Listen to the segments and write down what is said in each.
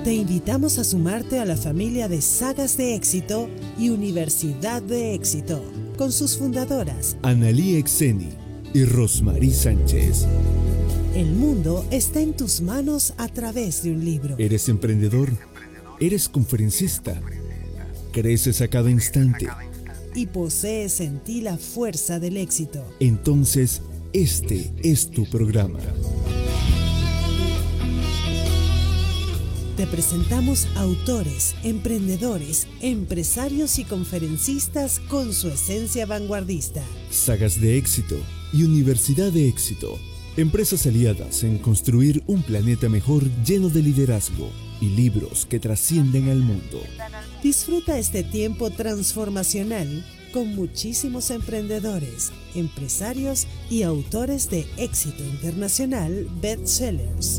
Te invitamos a sumarte a la familia de Sagas de Éxito y Universidad de Éxito, con sus fundadoras Analía Exeni y Rosmarie Sánchez. El mundo está en tus manos a través de un libro. ¿Eres emprendedor? ¿Eres conferencista? ¿Creces a cada instante? Y posees en ti la fuerza del éxito. Entonces, este es tu programa. Te presentamos autores, emprendedores, empresarios y conferencistas con su esencia vanguardista. Sagas de Éxito y Universidad de Éxito. Empresas aliadas en construir un planeta mejor lleno de liderazgo y libros que trascienden al mundo. Disfruta este tiempo transformacional con muchísimos emprendedores, empresarios y autores de éxito internacional bestsellers.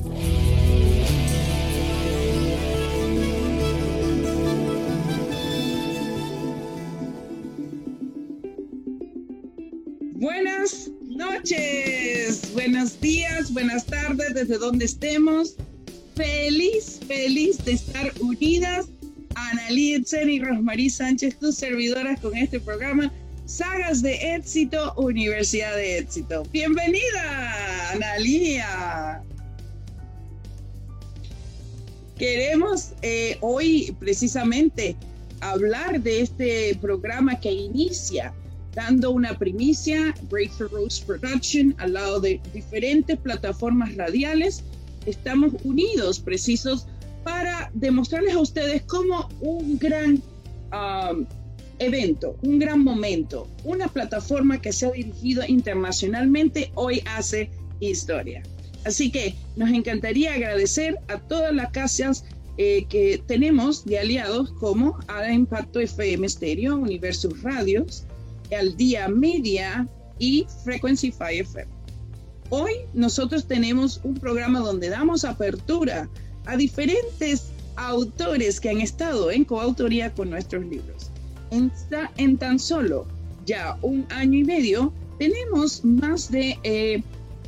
Buenas noches, buenos días, buenas tardes, desde donde estemos. Feliz de estar unidas, Analía Exeni y Rosmarie Sánchez, tus servidoras, con este programa Sagas de Éxito, Universidad de Éxito. Bienvenida, Analía. Queremos hoy precisamente hablar de este programa que inicia dando una primicia, Breakthroughs Production, al lado de diferentes plataformas radiales. Estamos unidos, precisos, para demostrarles a ustedes cómo un gran evento, un gran momento, una plataforma que se ha dirigido internacionalmente, hoy hace historia. Así que nos encantaría agradecer a todas las casas que tenemos de aliados, como a Impacto FM Stereo, Universus Radios, Al Día Media y Frequency-Fi FM. Hoy nosotros tenemos un programa donde damos apertura a diferentes autores que han estado en coautoría con nuestros libros. En tan solo ya un año y medio tenemos más de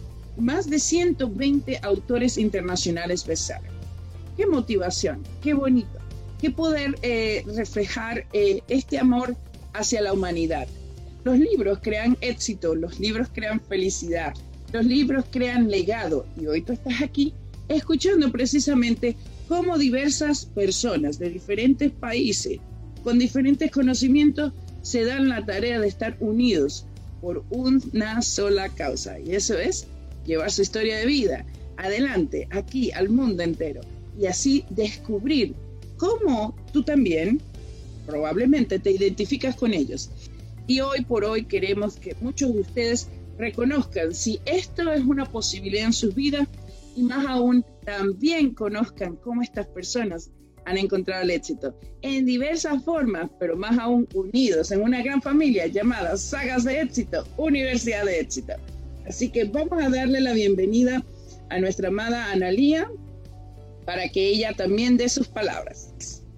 120 autores internacionales bestseller. Qué motivación, qué bonito, qué poder reflejar este amor hacia la humanidad. Los libros crean éxito, los libros crean felicidad, los libros crean legado. Y hoy tú estás aquí escuchando precisamente cómo diversas personas de diferentes países, con diferentes conocimientos, se dan la tarea de estar unidos por una sola causa. Y eso es llevar su historia de vida adelante, aquí, al mundo entero. Y así descubrir cómo tú también probablemente te identificas con ellos. Y hoy por hoy queremos que muchos de ustedes reconozcan si esto es una posibilidad en sus vidas, y más aún también conozcan cómo estas personas han encontrado el éxito en diversas formas, pero más aún unidos en una gran familia llamada Sagas de Éxito, Universidad de Éxito. Así que vamos a darle la bienvenida a nuestra amada Analía para que ella también dé sus palabras.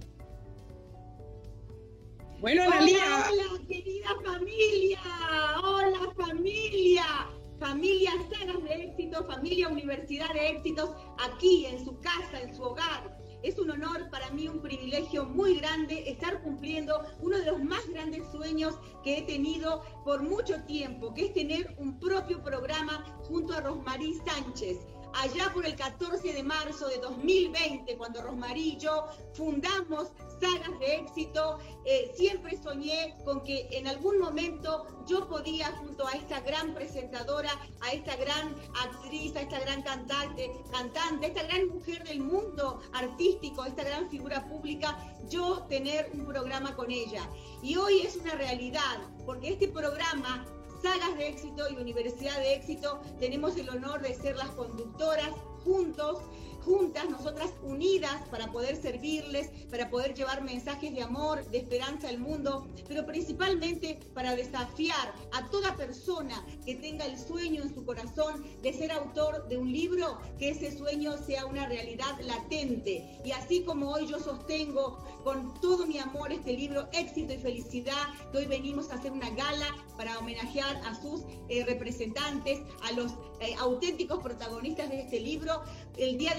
Bueno, Analía. Hola, querida familia. Hola, familia. Familia Sagas de Éxito, familia Universidad de Éxitos, aquí en su casa, en su hogar. Es un honor para mí, un privilegio muy grande estar cumpliendo uno de los más grandes sueños que he tenido por mucho tiempo, que es tener un propio programa junto a Rosmarie Sánchez. Allá por el 14 de marzo de 2020, cuando Rosmarie y yo fundamos Sagas de Éxito, siempre soñé con que en algún momento yo podía, junto a esta gran presentadora, a esta gran actriz, a esta gran cantante, esta gran mujer del mundo artístico, esta gran figura pública, yo tener un programa con ella. Y hoy es una realidad, porque este programa, Sagas de Éxito y Universidad de Éxito, tenemos el honor de ser las conductoras juntas, nosotras unidas para poder servirles, para poder llevar mensajes de amor, de esperanza al mundo, pero principalmente para desafiar a toda persona que tenga el sueño en su corazón de ser autor de un libro, que ese sueño sea una realidad latente. Y así como hoy yo sostengo con todo mi amor este libro, Éxito y Felicidad, que hoy venimos a hacer una gala para homenajear a sus representantes, a los auténticos protagonistas de este libro, el día de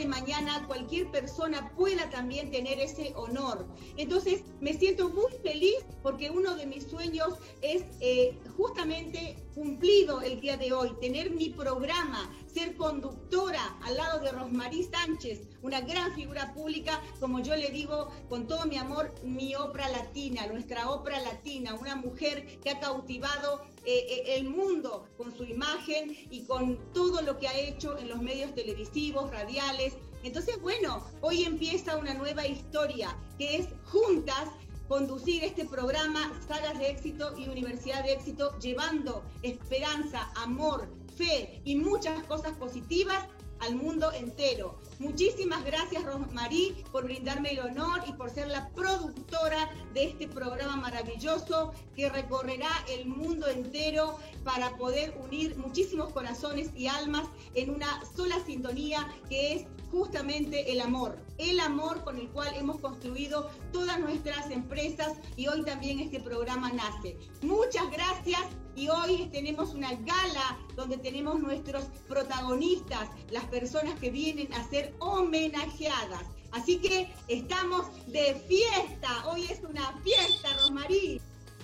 mañana cualquier persona pueda también tener ese honor. Entonces me siento muy feliz porque uno de mis sueños es justamente cumplido el día de hoy, tener mi programa, ser conductora al lado de Rosmarie Sánchez, una gran figura pública, como yo le digo con todo mi amor, mi Oprah latina, nuestra Oprah latina, una mujer que ha cautivado el mundo con su imagen y con todo lo que ha hecho en los medios televisivos, radiales. Entonces, bueno, hoy empieza una nueva historia, que es juntas conducir este programa Sagas de Éxito y Universidad de Éxito, llevando esperanza, amor, fe y muchas cosas positivas al mundo entero. Muchísimas gracias, Rosmarie, por brindarme el honor y por ser la productora de este programa maravilloso que recorrerá el mundo entero para poder unir muchísimos corazones y almas en una sola sintonía, que es justamente el amor con el cual hemos construido todas nuestras empresas, y hoy también este programa nace. Muchas gracias, y hoy tenemos una gala donde tenemos nuestros protagonistas, las personas que vienen a ser homenajeadas. Así que estamos de fiesta, hoy es una fiesta, Rosmarie.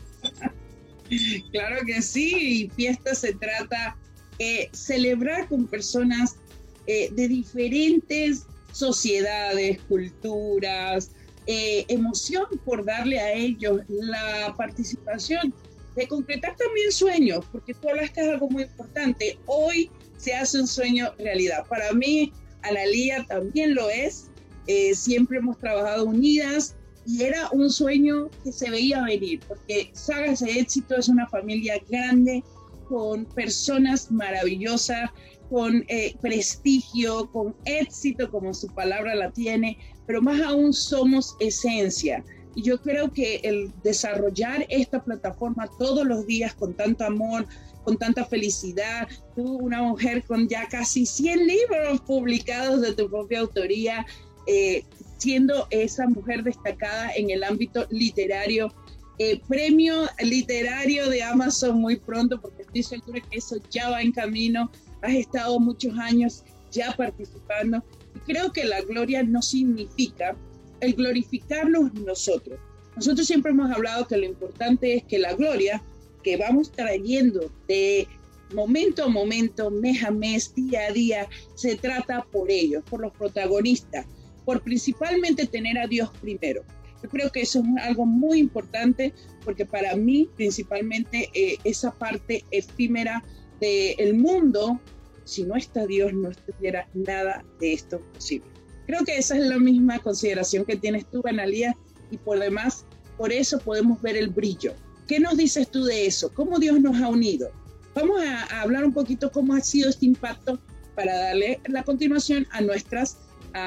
Claro que sí, y fiesta se trata celebrar con personas de diferentes sociedades, culturas, emoción por darle a ellos la participación de concretar también sueños, porque tú hablaste de algo muy importante. Hoy se hace un sueño realidad. Para mí, Analía también lo es. Siempre hemos trabajado unidas y era un sueño que se veía venir, porque Sagas de Éxito es una familia grande, con personas maravillosas, con prestigio, con éxito, como su palabra la tiene, pero más aún somos esencia. Y yo creo que el desarrollar esta plataforma todos los días con tanto amor, con tanta felicidad, tú, una mujer con ya casi 100 libros publicados de tu propia autoría, siendo esa mujer destacada en el ámbito literario, premio literario de Amazon muy pronto, porque estoy segura que eso ya va en camino. Has estado muchos años ya participando, y creo que la gloria no significa el glorificarnos nosotros. Nosotros siempre hemos hablado que lo importante es que la gloria que vamos trayendo de momento a momento, mes a mes, día a día, se trata por ellos, por los protagonistas, por principalmente tener a Dios primero. Yo creo que eso es algo muy importante, porque para mí principalmente esa parte efímera del mundo, si no está Dios, no estuviera nada de esto posible. Creo que esa es la misma consideración que tienes tú, Analía, y por demás, por eso podemos ver el brillo. ¿Qué nos dices tú de eso? ¿Cómo Dios nos ha unido? Vamos a hablar un poquito cómo ha sido este impacto para darle la continuación a nuestras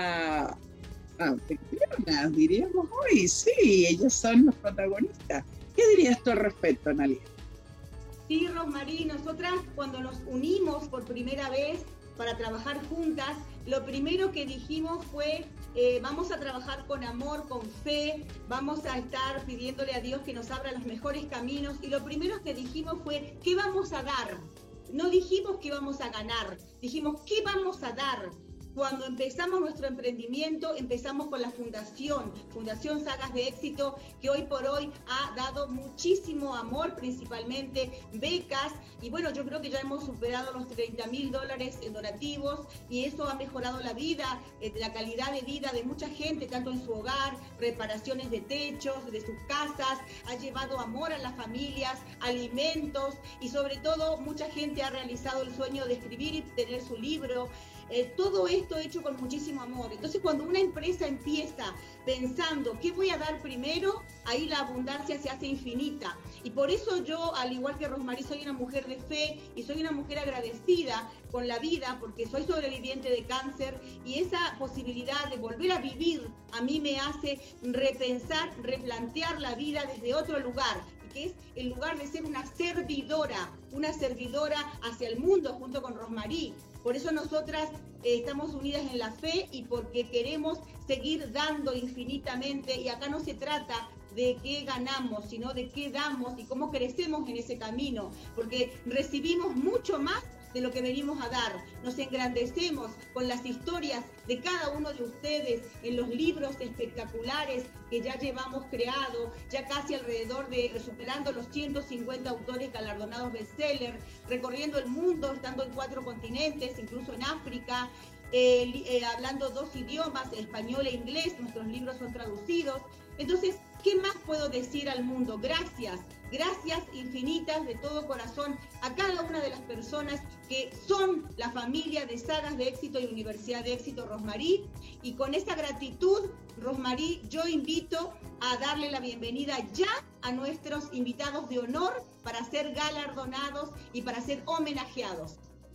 anfitrionas, diríamos hoy. Sí, ellos son los protagonistas. ¿Qué dirías tú al respecto, Analía? Sí, Rosmarie, nosotras cuando nos unimos por primera vez para trabajar juntas, lo primero que dijimos fue, vamos a trabajar con amor, con fe, vamos a estar pidiéndole a Dios que nos abra los mejores caminos, y lo primero que dijimos fue, ¿qué vamos a dar? No dijimos que vamos a ganar, dijimos, ¿qué vamos a dar? Cuando empezamos nuestro emprendimiento, empezamos con la Fundación Sagas de Éxito, que hoy por hoy ha dado muchísimo amor, principalmente becas, y bueno, yo creo que ya hemos superado los $30,000 en donativos, y eso ha mejorado la vida, la calidad de vida de mucha gente, tanto en su hogar, reparaciones de techos, de sus casas, ha llevado amor a las familias, alimentos, y sobre todo mucha gente ha realizado el sueño de escribir y tener su libro. Todo esto hecho con muchísimo amor. Entonces, cuando una empresa empieza pensando ¿qué voy a dar primero?, ahí la abundancia se hace infinita. Y por eso yo, al igual que Rosmarie, soy una mujer de fe y soy una mujer agradecida con la vida, porque soy sobreviviente de cáncer, y esa posibilidad de volver a vivir a mí me hace repensar, replantear la vida desde otro lugar, que es el lugar de ser una servidora hacia el mundo junto con Rosmarie. Por eso nosotras estamos unidas en la fe y porque queremos seguir dando infinitamente, y acá no se trata de qué ganamos, sino de qué damos y cómo crecemos en ese camino, porque recibimos mucho más de lo que venimos a dar. Nos engrandecemos con las historias de cada uno de ustedes en los libros espectaculares que ya llevamos creado, ya casi alrededor de, superando los 150 autores galardonados bestseller, recorriendo el mundo, estando en 4 continentes, incluso en África, hablando 2 idiomas, español e inglés. Nuestros libros son traducidos. Entonces, ¿qué más puedo decir al mundo? Gracias, gracias infinitas de todo corazón a cada una de las personas que son la familia de Sagas de Éxito y Universidad de Éxito Rosmarie. Y con esa gratitud, Rosmarie, yo invito a darle la bienvenida ya a nuestros invitados de honor para ser galardonados y para ser homenajeados.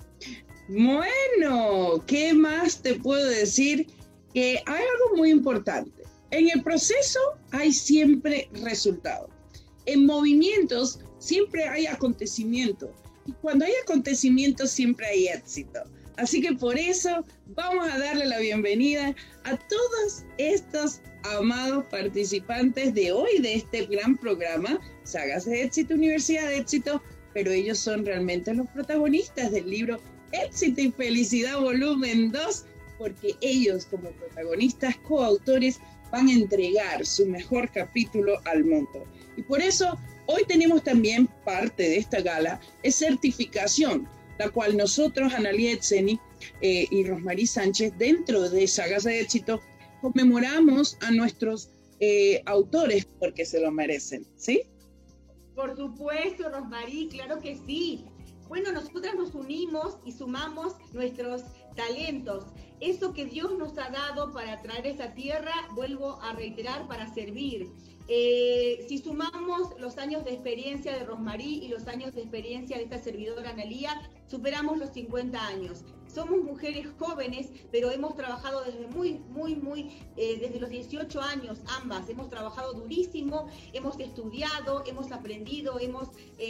Bueno, ¿qué más te puedo decir? Que hay algo muy importante. En el proceso hay siempre resultado. En movimientos siempre hay acontecimiento. Y cuando hay acontecimiento siempre hay éxito. Así que por eso vamos a darle la bienvenida a todos estos amados participantes de hoy de este gran programa, Sagas de Éxito, Universidad de Éxito, pero ellos son realmente los protagonistas del libro Éxito y Felicidad Volumen 2, porque ellos como protagonistas, coautores, van a entregar su mejor capítulo al mundo. Y por eso hoy tenemos también parte de esta gala, es certificación, la cual nosotros, Analía Etzeni y Rosmarie Sánchez, dentro de Sagas de Éxito, conmemoramos a nuestros autores porque se lo merecen, ¿sí? Por supuesto, Rosmarie, claro que sí. Bueno, nosotras nos unimos y sumamos nuestros talentos. Eso que Dios nos ha dado para traer a esta tierra, vuelvo a reiterar, para servir. Si sumamos los años de experiencia de Rosmarie y los años de experiencia de esta servidora Analía, superamos los 50 años. Somos mujeres jóvenes, pero hemos trabajado desde desde los 18 años, ambas. Hemos trabajado durísimo, hemos estudiado, hemos aprendido, hemos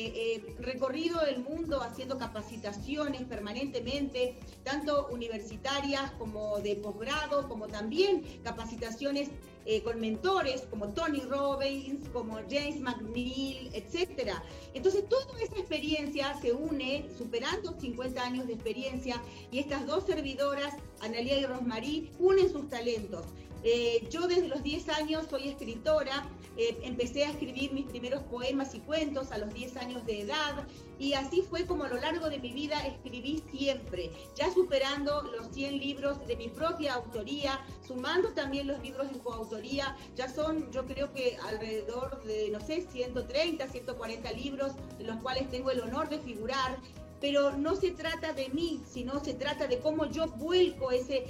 recorrido el mundo haciendo capacitaciones permanentemente, tanto universitarias como de posgrado, como también capacitaciones con mentores como Tony Robbins, como James McNeil, etc. Entonces, toda esa experiencia se une, superando 50 años de experiencia, y estas dos servidoras, Analía y Rosmarie, unen sus talentos. Yo desde los 10 años soy escritora, empecé a escribir mis primeros poemas y cuentos a los 10 años de edad, y así fue como a lo largo de mi vida escribí siempre, ya superando los 100 libros de mi propia autoría, sumando también los libros de coautoría. Ya son, yo creo que alrededor de, no sé, 130, 140 libros, de los cuales tengo el honor de figurar. Pero no se trata de mí, sino se trata de cómo yo vuelco ese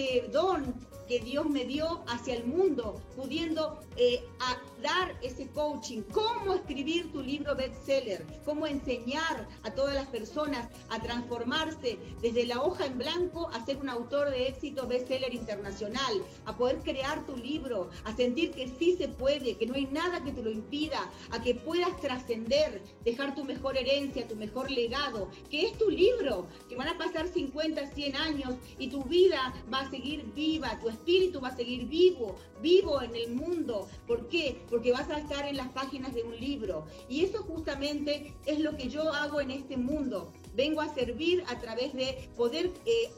don que Dios me dio hacia el mundo, pudiendo a dar ese coaching, cómo escribir tu libro bestseller, cómo enseñar a todas las personas a transformarse desde la hoja en blanco a ser un autor de éxito bestseller internacional, a poder crear tu libro, a sentir que sí se puede, que no hay nada que te lo impida, a que puedas trascender, dejar tu mejor herencia, tu mejor legado, que es tu libro, que van a pasar 50, 100 años y tu vida va a seguir viva, tu espíritu va a seguir vivo en el mundo. ¿Por qué? Porque vas a estar en las páginas de un libro. Y eso justamente es lo que yo hago en este mundo. Vengo a servir a través de poder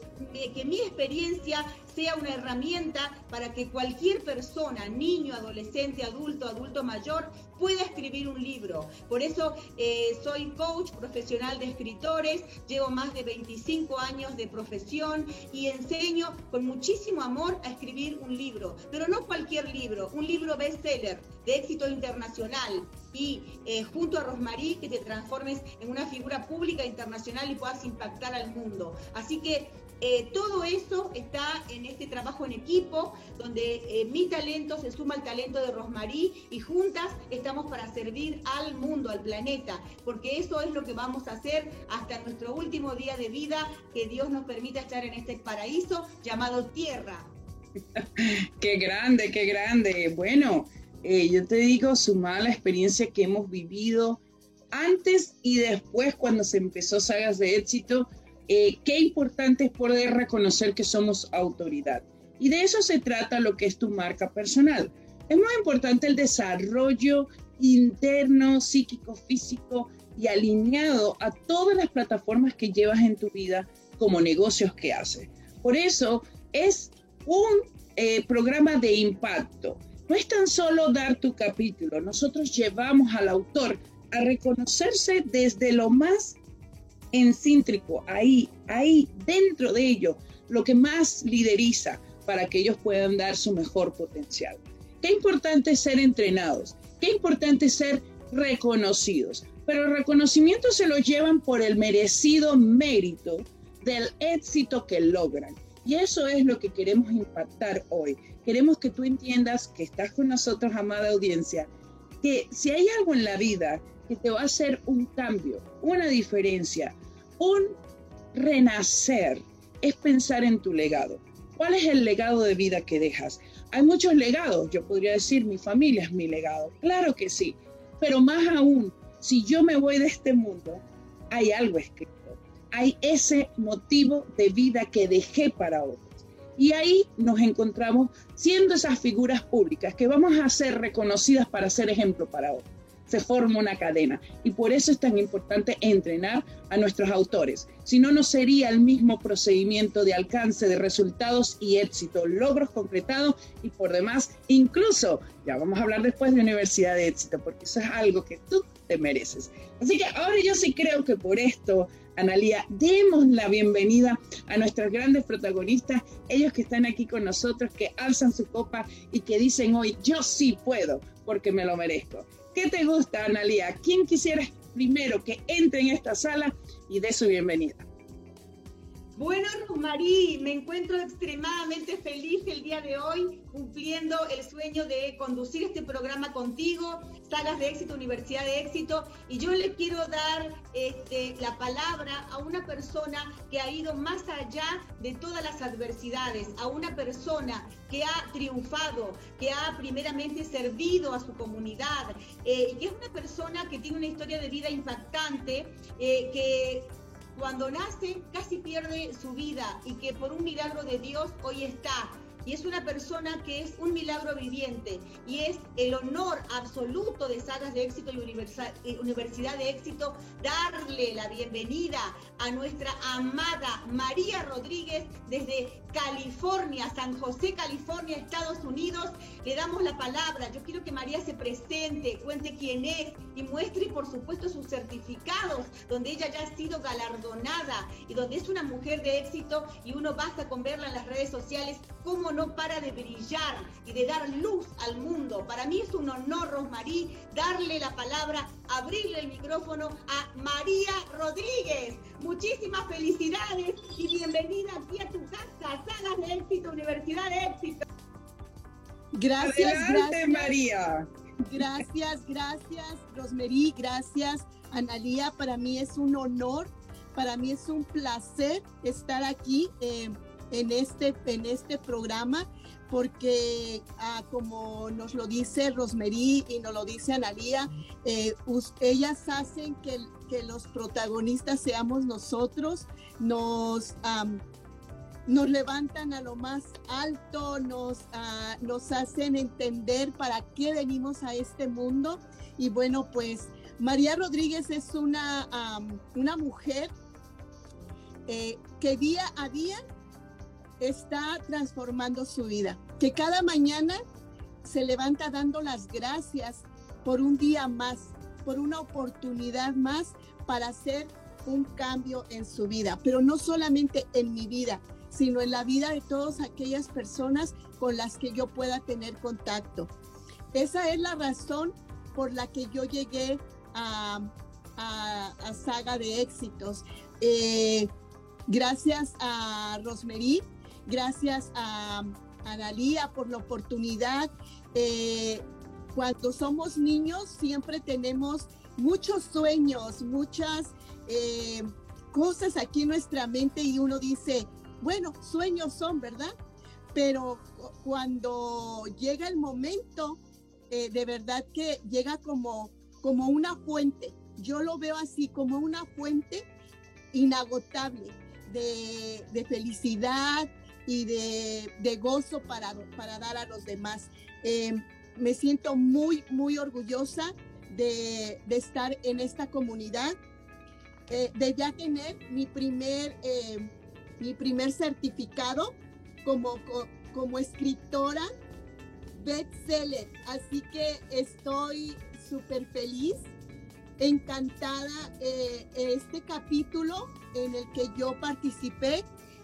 que mi experiencia sea una herramienta para que cualquier persona, niño, adolescente, adulto mayor, pueda escribir un libro. Por eso soy coach profesional de escritores, llevo más de 25 años de profesión y enseño con muchísimo amor a escribir un libro, pero no cualquier libro, un libro bestseller de éxito internacional. Y junto a Rosmarie, que te transformes en una figura pública internacional y puedas impactar al mundo. Así que todo eso está en este trabajo en equipo, donde mi talento se suma al talento de Rosmarie y juntas estamos para servir al mundo, al planeta, porque eso es lo que vamos a hacer hasta nuestro último día de vida, que Dios nos permita estar en este paraíso llamado Tierra. ¡Qué grande, qué grande! Bueno, yo te digo, sumada la experiencia que hemos vivido antes y después cuando se empezó Sagas de Éxito, qué importante es poder reconocer que somos autoridad. Y de eso se trata lo que es tu marca personal. Es muy importante el desarrollo interno, psíquico, físico y alineado a todas las plataformas que llevas en tu vida como negocios que haces. Por eso es un programa de impacto. No es tan solo dar tu capítulo, nosotros llevamos al autor a reconocerse desde lo más incíntrico, ahí dentro de ellos, lo que más lideriza para que ellos puedan dar su mejor potencial. Qué importante es ser entrenados, qué importante es ser reconocidos, pero el reconocimiento se lo llevan por el merecido mérito del éxito que logran. Y eso es lo que queremos impactar hoy. Queremos que tú entiendas que estás con nosotros, amada audiencia, que si hay algo en la vida que te va a hacer un cambio, una diferencia, un renacer, es pensar en tu legado. ¿Cuál es el legado de vida que dejas? Hay muchos legados. Yo podría decir, mi familia es mi legado. Claro que sí. Pero más aún, si yo me voy de este mundo, hay algo escrito. Hay ese motivo de vida que dejé para otros. Y ahí nos encontramos siendo esas figuras públicas que vamos a ser reconocidas para ser ejemplo para otros. Se forma una cadena y por eso es tan importante entrenar a nuestros autores. Si no, no sería el mismo procedimiento de alcance de resultados y éxito, logros concretados y por demás, incluso, ya vamos a hablar después de Universidad de Éxito, porque eso es algo que tú te mereces. Así que ahora yo sí creo que por esto, Analía, demos la bienvenida a nuestros grandes protagonistas, ellos que están aquí con nosotros, que alzan su copa y que dicen hoy, yo sí puedo, porque me lo merezco. ¿Qué te gusta, Analía? ¿Quién quisieras primero que entre en esta sala y dé su bienvenida? Bueno, Rosmarie, me encuentro extremadamente feliz el día de hoy, cumpliendo el sueño de conducir este programa contigo, Sagas de Éxito, Universidad de Éxito, y yo le quiero dar la palabra a una persona que ha ido más allá de todas las adversidades, a una persona que ha triunfado, que ha primeramente servido a su comunidad, y que es una persona que tiene una historia de vida impactante, que cuando nace casi pierde su vida y que por un milagro de Dios hoy está. Y es una persona que es un milagro viviente y es el honor absoluto de Sagas de Éxito y Universidad de Éxito darle la bienvenida a nuestra amada María Rodríguez desde California, San José, California, Estados Unidos. Le damos la palabra. Yo quiero que María se presente, cuente quién es y muestre, por supuesto, sus certificados, donde ella ya ha sido galardonada y donde es una mujer de éxito y uno basta con verla en las redes sociales, cómo no para de brillar y de dar luz al mundo. Para mí es un honor, Rosmarie, darle la palabra, abrirle el micrófono a María Rodríguez. Muchísimas felicidades y bienvenida aquí a tu casa, Sagas de Éxito, Universidad de Éxito. Gracias, gracias, María. Gracias, Rosmarie, gracias, Analía. Para mí es un honor, para mí es un placer estar aquí en este programa, porque como nos lo dice Rosmarie y nos lo dice Analía, ellas hacen que los protagonistas seamos nosotros, nos levantan a lo más alto, nos hacen entender para qué venimos a este mundo. Y bueno, pues María Rodríguez es una mujer que día a día está transformando su vida, que cada mañana se levanta dando las gracias por un día más, por una oportunidad más para hacer un cambio en su vida, pero no solamente en mi vida, sino en la vida de todas aquellas personas con las que yo pueda tener contacto. Esa es la razón por la que yo llegué a Saga de Éxitos. Gracias a Rosmarie, gracias a Analía por la oportunidad. Cuando somos niños siempre tenemos muchos sueños, muchas cosas aquí en nuestra mente y uno dice, bueno, sueños son, ¿verdad? Pero cuando llega el momento, de verdad que llega como una fuente. Yo lo veo así, como una fuente inagotable de felicidad y de gozo para dar a los demás. Me siento muy, muy orgullosa de estar en esta comunidad, de ya tener mi primer certificado como escritora bestseller. Así que estoy súper feliz, encantada. Este capítulo en el que yo participé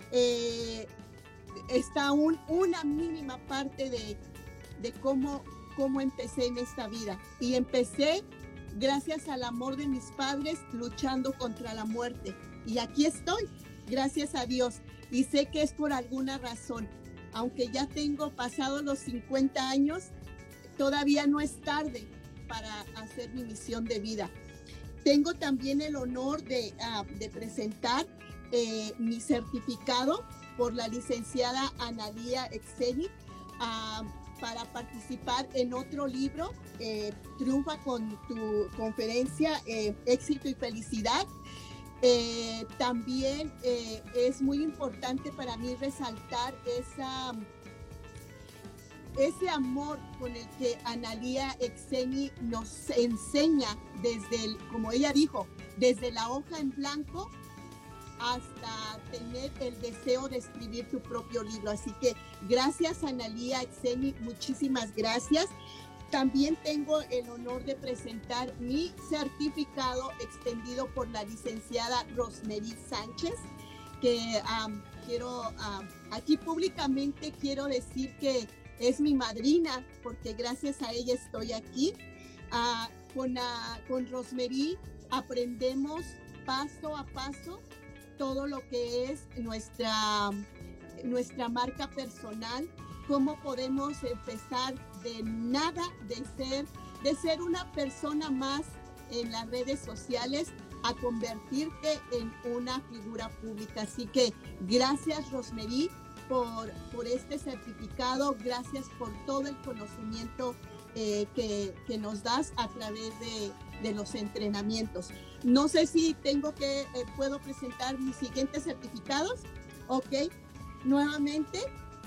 está una mínima parte de cómo empecé en esta vida. Y empecé gracias al amor de mis padres, luchando contra la muerte. Y aquí estoy, gracias a Dios. Y sé que es por alguna razón. Aunque ya tengo pasado los 50 años, todavía no es tarde para hacer mi misión de vida. Tengo también el honor de presentar mi certificado por la licenciada Analía Exeni para participar en otro libro, Triunfa con tu conferencia, Éxito y Felicidad. También es muy importante para mí resaltar ese amor con el que Analía Exeni nos enseña como ella dijo, desde la hoja en blanco hasta tener el deseo de escribir tu propio libro. Así que gracias, Analía Exeni, muchísimas gracias. También tengo el honor de presentar mi certificado extendido por la licenciada Rosemary Sánchez, que aquí públicamente quiero decir que es mi madrina, porque gracias a ella estoy aquí. Con Rosemary aprendemos paso a paso todo lo que es nuestra marca personal, cómo podemos empezar de nada, de ser una persona más en las redes sociales a convertirte en una figura pública. Así que gracias, Rosemary, por este certificado. Gracias por todo el conocimiento que nos das a través de los entrenamientos. No sé si puedo presentar mis siguientes certificados. Ok, nuevamente,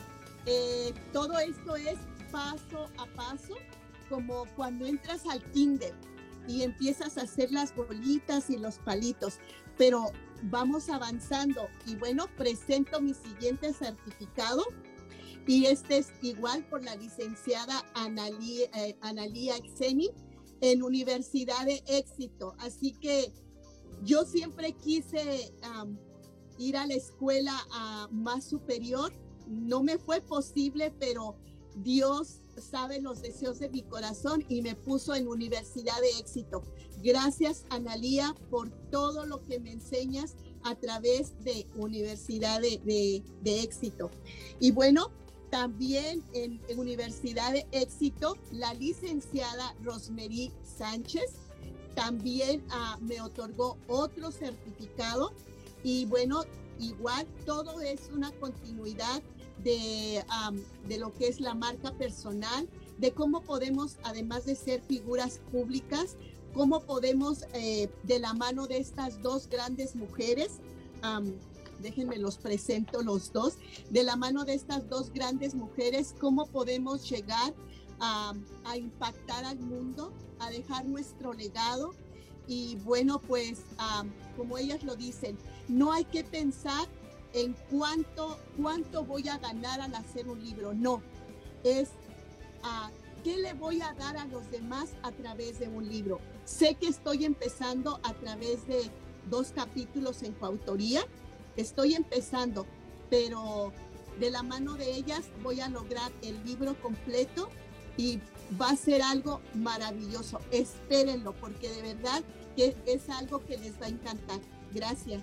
todo esto es paso a paso, como cuando entras al kinder y empiezas a hacer las bolitas y los palitos, pero vamos avanzando. Y bueno, presento mi siguiente certificado, y este es igual por la licenciada Analía Exeni en Universidad de Éxito. Así que yo siempre quise ir a la escuela más superior. No me fue posible, pero Dios sabe los deseos de mi corazón y me puso en Universidad de Éxito. Gracias, Analía, por todo lo que me enseñas a través de Universidad de Éxito. Y bueno, también en Universidad de Éxito, la licenciada Rosemary Sánchez también me otorgó otro certificado. Y bueno, igual todo es una continuidad de lo que es la marca personal, de cómo podemos, además de ser figuras públicas, cómo podemos, de la mano de estas dos grandes mujeres, déjenme los presento los dos, de la mano de estas dos grandes mujeres, cómo podemos llegar a impactar al mundo, a dejar nuestro legado. Y bueno, pues como ellas lo dicen, no hay que pensar en cuánto voy a ganar al hacer un libro. No, es qué le voy a dar a los demás a través de un libro. Sé que estoy empezando a través de 2 capítulos en coautoría. Estoy empezando, pero de la mano de ellas voy a lograr el libro completo y va a ser algo maravilloso. Espérenlo, porque de verdad que es algo que les va a encantar. Gracias.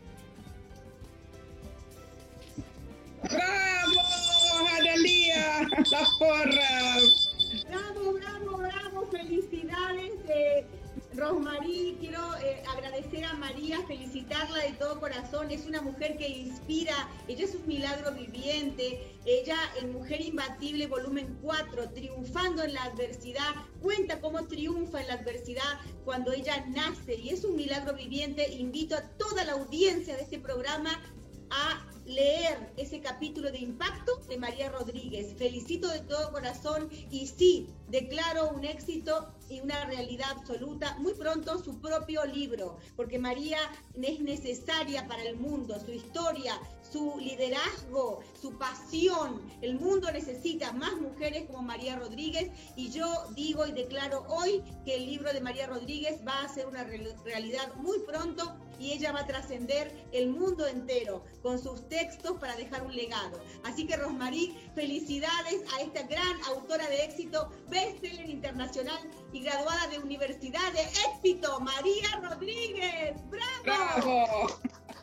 ¡Bravo, Analía! ¡La porra! ¡Bravo, bravo, bravo! ¡Felicidades, Rosemary! Quiero agradecer a María, felicitarla de todo corazón. Es una mujer que inspira. Ella es un milagro viviente. Ella, en Mujer Imbatible, volumen 4, triunfando en la adversidad, cuenta cómo triunfa en la adversidad cuando ella nace. Y es un milagro viviente. Invito a toda la audiencia de este programa a leer ese capítulo de impacto de María Rodríguez. Felicito de todo corazón y sí, declaro un éxito y una realidad absoluta, muy pronto su propio libro, porque María es necesaria para el mundo, su historia, su liderazgo, su pasión. El mundo necesita más mujeres como María Rodríguez, y yo digo y declaro hoy que el libro de María Rodríguez va a ser una realidad muy pronto, y ella va a trascender el mundo entero con sus textos para dejar un legado. Así que, Rosmarie, felicidades a esta gran autora de éxito, bestseller internacional y graduada de Universidad de Éxito, María Rodríguez. ¡Bravo! ¡Bravo!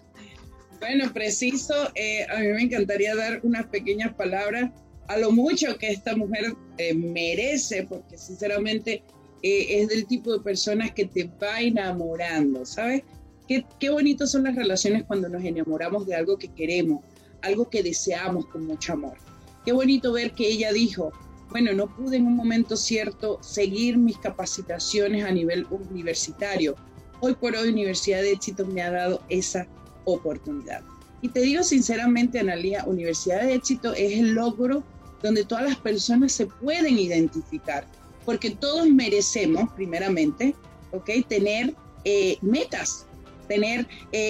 Bueno, preciso, a mí me encantaría dar unas pequeñas palabras a lo mucho que esta mujer merece, porque sinceramente es del tipo de personas que te va enamorando, ¿sabes? Qué bonitas son las relaciones cuando nos enamoramos de algo que queremos, algo que deseamos con mucho amor. Qué bonito ver que ella dijo, bueno, no pude en un momento cierto seguir mis capacitaciones a nivel universitario. Hoy por hoy Universidad de Éxito me ha dado esa oportunidad. Y te digo sinceramente, Analía, Universidad de Éxito es el logro donde todas las personas se pueden identificar, porque todos merecemos, primeramente, tener metas, tener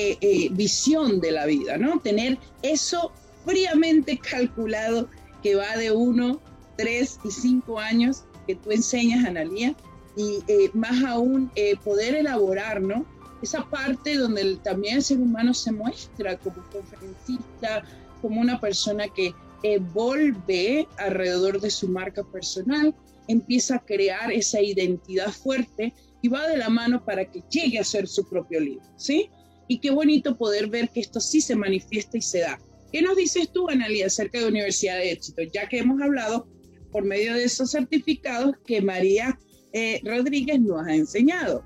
visión de la vida, ¿no? Tener eso fríamente calculado que va de 1, 3 y 5 años que tú enseñas, Analía, y más aún poder elaborar, ¿no? Esa parte donde también el ser humano se muestra como conferencista, como una persona que vuelve alrededor de su marca personal, empieza a crear esa identidad fuerte y va de la mano para que llegue a ser su propio libro, ¿sí? Y qué bonito poder ver que esto sí se manifiesta y se da. ¿Qué nos dices tú, Analía, acerca de Universidad de Éxito? Ya que hemos hablado por medio de esos certificados que María Rodríguez nos ha enseñado.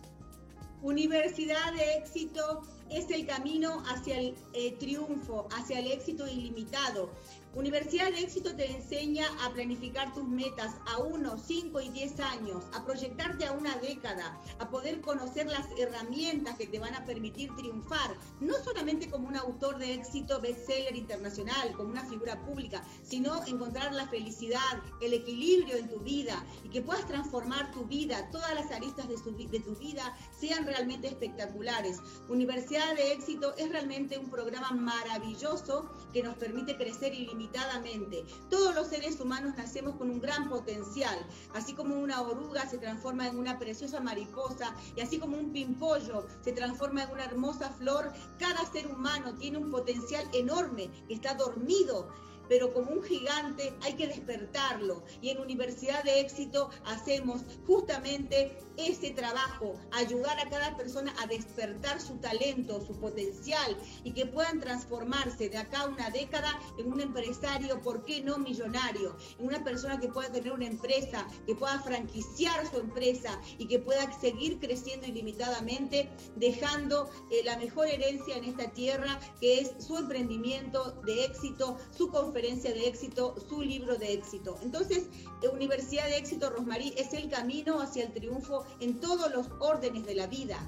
Universidad de Éxito es el camino hacia el triunfo, hacia el éxito ilimitado. Universidad de Éxito te enseña a planificar tus metas a 1, 5 y 10 años, a proyectarte a una década, a poder conocer las herramientas que te van a permitir triunfar, no solamente como un autor de éxito bestseller internacional, como una figura pública, sino encontrar la felicidad, el equilibrio en tu vida y que puedas transformar tu vida, todas las aristas de tu vida sean realmente espectaculares. Universidad de Éxito es realmente un programa maravilloso que nos permite crecer ilimitadamente. Todos los seres humanos nacemos con un gran potencial, así como una oruga se transforma en una preciosa mariposa y así como un pimpollo se transforma en una hermosa flor, cada ser humano tiene un potencial enorme que está dormido, pero como un gigante hay que despertarlo, y en Universidad de Éxito hacemos justamente ese trabajo, ayudar a cada persona a despertar su talento, su potencial, y que puedan transformarse de acá a una década en un empresario, ¿por qué no millonario? En una persona que pueda tener una empresa, que pueda franquiciar su empresa y que pueda seguir creciendo ilimitadamente, dejando la mejor herencia en esta tierra, que es su emprendimiento de éxito, su conferencia de éxito, su libro de éxito. Entonces, Universidad de Éxito, Rosmarie, es el camino hacia el triunfo en todos los órdenes de la vida.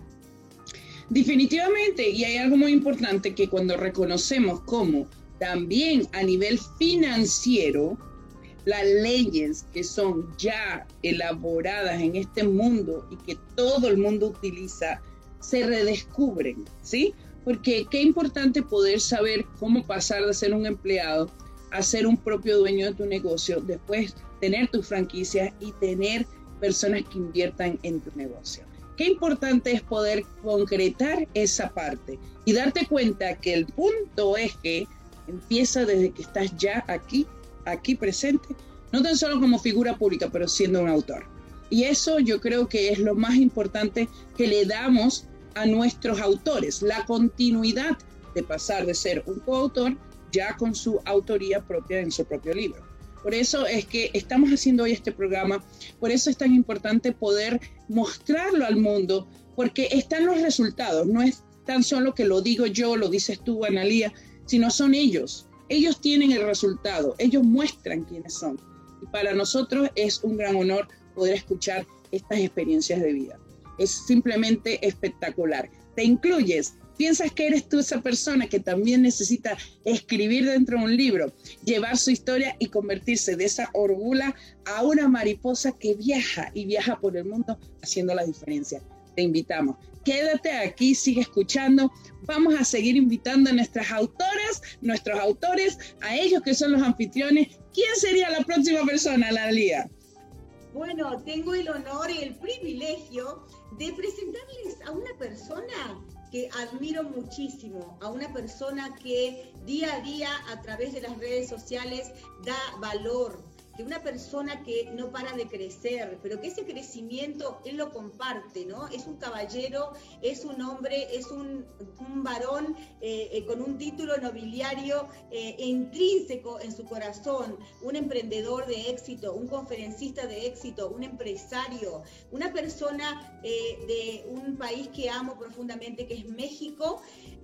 Definitivamente, y hay algo muy importante que cuando reconocemos cómo también a nivel financiero las leyes que son ya elaboradas en este mundo y que todo el mundo utiliza se redescubren, ¿sí? Porque qué importante poder saber cómo pasar de ser un empleado a ser un propio dueño de tu negocio, después tener tus franquicias y tener personas que inviertan en tu negocio. Qué importante es poder concretar esa parte y darte cuenta que el punto es que empieza desde que estás ya aquí presente, no tan solo como figura pública, pero siendo un autor. Y eso yo creo que es lo más importante que le damos a nuestros autores, la continuidad de pasar de ser un coautor ya con su autoría propia en su propio libro. Por eso es que estamos haciendo hoy este programa, por eso es tan importante poder mostrarlo al mundo, porque están los resultados, no es tan solo que lo digo yo, lo dices tú, Analía, sino son ellos. Ellos tienen el resultado, ellos muestran quiénes son. Y para nosotros es un gran honor poder escuchar estas experiencias de vida. Es simplemente espectacular. Te incluyes, ¿Piensas que eres tú esa persona que también necesita escribir dentro de un libro, llevar su historia y convertirse de esa oruga a una mariposa que viaja y viaja por el mundo haciendo la diferencia? Te invitamos. Quédate aquí, sigue escuchando. Vamos a seguir invitando a nuestras autoras, nuestros autores, a ellos que son los anfitriones. ¿Quién sería la próxima persona, Analía? Bueno, tengo el honor y el privilegio de presentarles a una persona que admiro muchísimo, a una persona que día a día a través de las redes sociales da valor, de una persona que no para de crecer, pero que ese crecimiento él lo comparte, ¿no? Es un caballero, es un hombre, es un varón con un título nobiliario intrínseco en su corazón, un emprendedor de éxito, un conferencista de éxito, un empresario, una persona de un país que amo profundamente, que es México,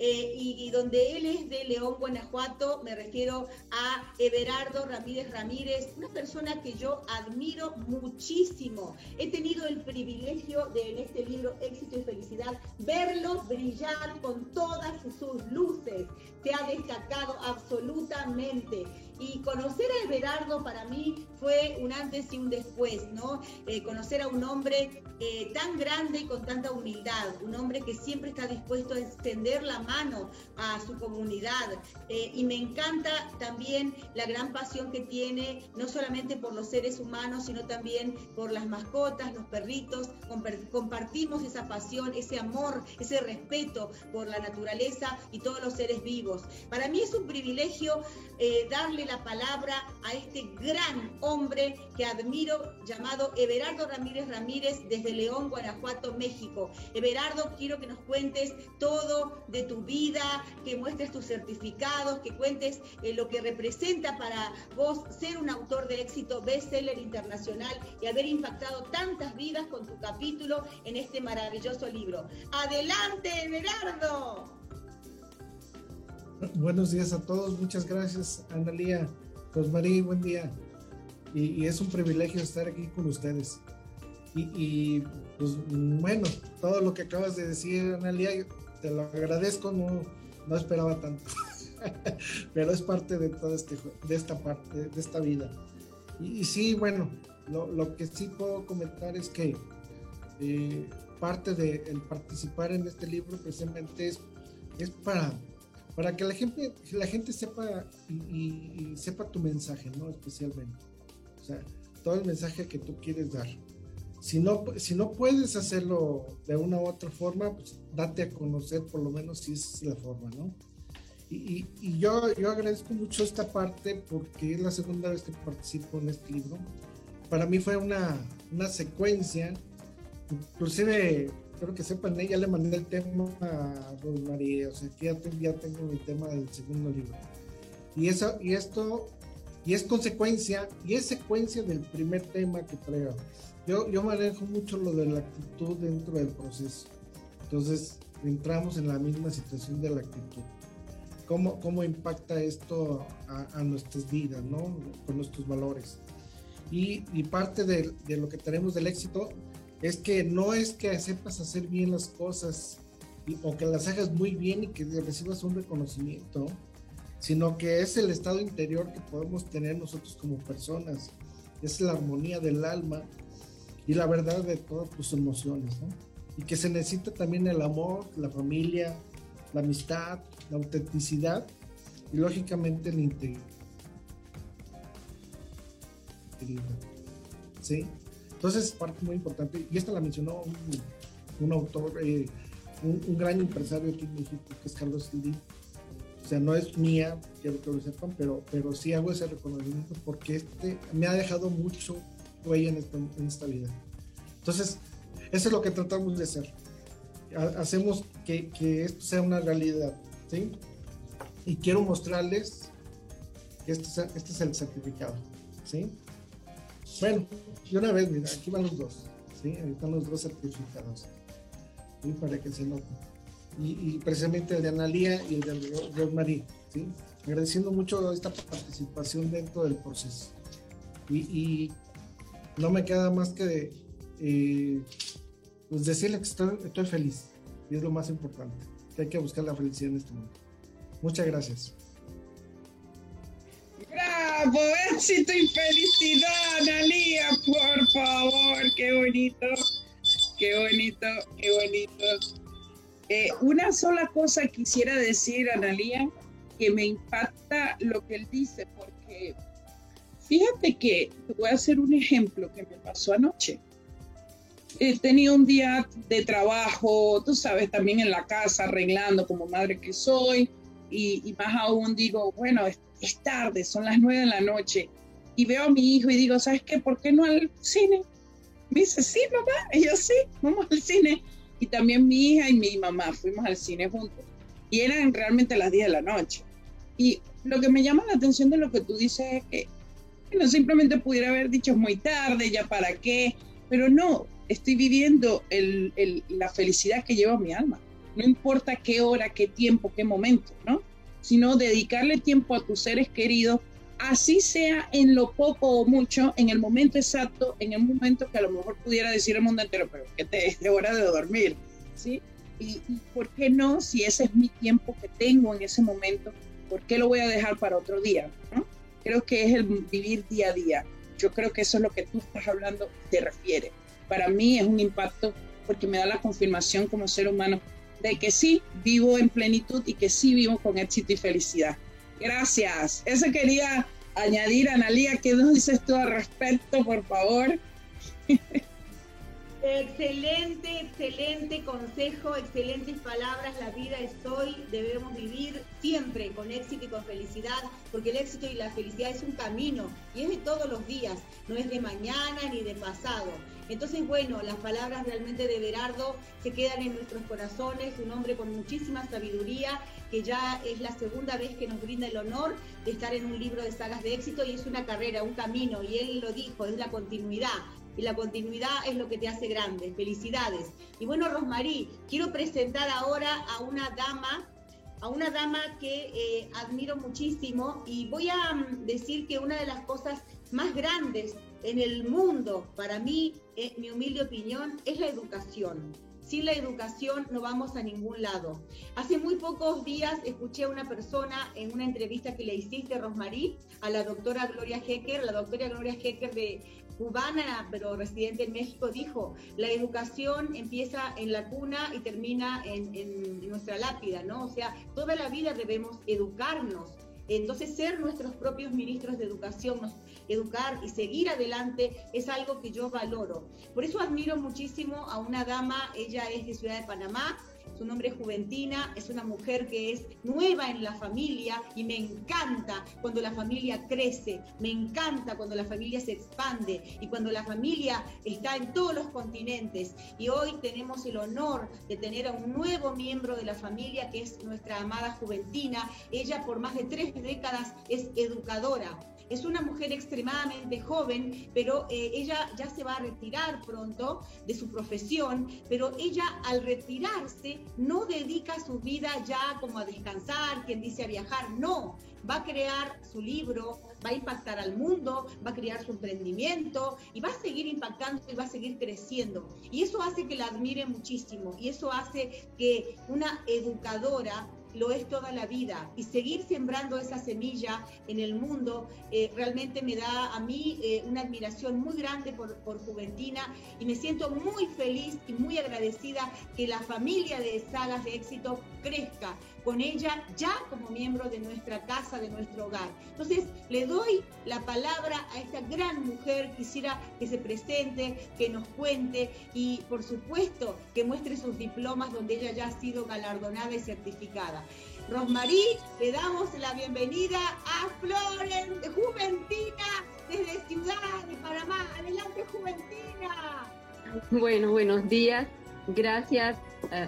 y donde él es de León, Guanajuato. Me refiero a Everardo Ramírez Ramírez, una persona que yo admiro muchísimo. He tenido el privilegio de, en este libro Éxito y Felicidad, verlo brillar con todas sus luces. Se ha destacado absolutamente. Y conocer a Everardo para mí fue un antes y un después, ¿no? Conocer a un hombre tan grande y con tanta humildad, un hombre que siempre está dispuesto a extender la mano a su comunidad. Y me encanta también la gran pasión que tiene, no solamente por los seres humanos, sino también por las mascotas, los perritos. Compartimos esa pasión, ese amor, ese respeto por la naturaleza y todos los seres vivos. Para mí es un privilegio darle la palabra a este gran hombre que admiro, llamado Everardo Ramírez Ramírez, desde León, Guanajuato, México. Everardo, quiero que nos cuentes todo de tu vida, que muestres tus certificados, que cuentes lo que representa para vos ser un autor de éxito, bestseller internacional, y haber impactado tantas vidas con tu capítulo en este maravilloso libro. ¡Adelante, Everardo! Buenos días a todos, muchas gracias, Analía, Rosmarie, buen día. Y es un privilegio estar aquí con ustedes. Y pues bueno, todo lo que acabas de decir, Analía, te lo agradezco, no esperaba tanto, pero es parte de toda de esta vida. Y sí, bueno, lo que sí puedo comentar es que parte del participar en este libro precisamente es para que la gente sepa y sepa tu mensaje, ¿no? Especialmente. O sea, todo el mensaje que tú quieres dar. Si no puedes hacerlo de una u otra forma, pues date a conocer, por lo menos si esa es la forma, ¿no? Y yo agradezco mucho esta parte porque es la segunda vez que participo en este libro. Para mí fue una secuencia, inclusive creo que sepan, ya le mandé el tema a Rosmarie, o sea que ya tengo mi tema del segundo libro. Y es consecuencia, y es secuencia del primer tema que traigo. Yo manejo mucho lo de la actitud dentro del proceso. Entonces, entramos en la misma situación de la actitud. ¿Cómo impacta esto a nuestras vidas, ¿no? Con nuestros valores. Y parte de lo que tenemos del éxito es que no es que sepas hacer bien las cosas o que las hagas muy bien y que recibas un reconocimiento, sino que es el estado interior que podemos tener nosotros como personas. Es la armonía del alma y la verdad de todas tus emociones, ¿no? Y que se necesita también el amor, la familia, la amistad, la autenticidad y lógicamente la integridad. ¿Sí? Entonces, parte muy importante, y esta la mencionó un autor, un gran empresario aquí en México, que es Carlos Slim. O sea, no es mía, quiero que lo sepan, pero sí hago ese reconocimiento porque me ha dejado mucho huella en esta vida. Entonces, eso es lo que tratamos de hacer. Hacemos que esto sea una realidad, ¿sí? Y quiero mostrarles que este es el certificado, ¿sí? Bueno, de una vez, mira, aquí van los dos, ¿sí? Ahí están los dos certificados, ¿sí? Para que se noten. Y precisamente el de Analía y el de Rosmarie, ¿sí? Agradeciendo mucho esta participación dentro del proceso. Y no me queda más que pues decirle que estoy feliz, y es lo más importante, que hay que buscar la felicidad en este mundo. Muchas gracias. ¡Bravo! ¡Éxito y felicidad, Analía! Por favor, qué bonito, qué bonito, qué bonito. Una sola cosa quisiera decir, Analía, que me impacta lo que él dice, porque fíjate que te voy a hacer un ejemplo que me pasó anoche. He tenido un día de trabajo, tú sabes, también en la casa, arreglando como madre que soy, y más aún digo, bueno, es tarde, son las 9 de la noche, y veo a mi hijo y digo, ¿sabes qué? ¿Por qué no al cine? Me dice, sí, mamá, y yo sí, vamos al cine. Y también mi hija y mi mamá fuimos al cine juntos, y eran realmente las 10 de la noche. Y lo que me llama la atención de lo que tú dices es que no simplemente pudiera haber dicho es muy tarde, ya para qué, pero no, estoy viviendo la felicidad que lleva mi alma. No importa qué hora, qué tiempo, qué momento, ¿no? Sino dedicarle tiempo a tus seres queridos, así sea en lo poco o mucho, en el momento exacto, en el momento que a lo mejor pudiera decir el mundo entero, pero que es de hora de dormir, ¿sí? Y ¿por qué no? Si ese es mi tiempo que tengo en ese momento, ¿por qué lo voy a dejar para otro día? ¿No? Creo que es el vivir día a día. Yo creo que eso es lo que tú estás hablando, te refiere. Para mí es un impacto porque me da la confirmación como ser humano de que sí vivo en plenitud y que sí vivo con éxito y felicidad. Gracias. Eso quería añadir, Analía. ¿Qué nos dices tú al respecto, por favor? Excelente, excelente consejo, excelentes palabras. La vida es hoy, debemos vivir siempre con éxito y con felicidad, porque el éxito y la felicidad es un camino y es de todos los días, no es de mañana ni de pasado. Entonces, bueno, las palabras realmente de Berardo se quedan en nuestros corazones, un hombre con muchísima sabiduría, que ya es la segunda vez que nos brinda el honor de estar en un libro de sagas de éxito, y es una carrera, un camino, y él lo dijo, es la continuidad. Y la continuidad es lo que te hace grande. Felicidades. Y bueno, Rosmarie, quiero presentar ahora a una dama que admiro muchísimo, y voy a decir que una de las cosas más grandes en el mundo, para mí, mi humilde opinión, es la educación. Sin la educación no vamos a ningún lado. Hace muy pocos días escuché a una persona en una entrevista que le hiciste, Rosmarie, a la doctora Gloria Hecker, de cubana, pero residente en México, dijo, la educación empieza en la cuna y termina en nuestra lápida, ¿no? O sea, toda la vida debemos educarnos. Entonces, ser nuestros propios ministros de educación, educar y seguir adelante es algo que yo valoro. Por eso admiro muchísimo a una dama, ella es de Ciudad de Panamá, su nombre es Juventina, es una mujer que es nueva en la familia, y me encanta cuando la familia crece, me encanta cuando la familia se expande y cuando la familia está en todos los continentes. Y hoy tenemos el honor de tener a un nuevo miembro de la familia, que es nuestra amada Juventina. Ella por más de 3 décadas es educadora. Es una mujer extremadamente joven, pero ella ya se va a retirar pronto de su profesión, pero ella al retirarse no dedica su vida ya como a descansar, quien dice a viajar, no, va a crear su libro, va a impactar al mundo, va a crear su emprendimiento y va a seguir impactando y va a seguir creciendo. Y eso hace que la admire muchísimo, y eso hace que una educadora lo es toda la vida, y seguir sembrando esa semilla en el mundo realmente me da a mí una admiración muy grande por Juventina, y me siento muy feliz y muy agradecida que la familia de Sagas de Éxito crezca con ella ya como miembro de nuestra casa, de nuestro hogar. Entonces, le doy la palabra a esta gran mujer. Quisiera que se presente, que nos cuente y, por supuesto, que muestre sus diplomas donde ella ya ha sido galardonada y certificada. Rosmarie, le damos la bienvenida a Flores de Juventina desde Ciudad de Panamá. Adelante, Juventina. Bueno, buenos días. Gracias,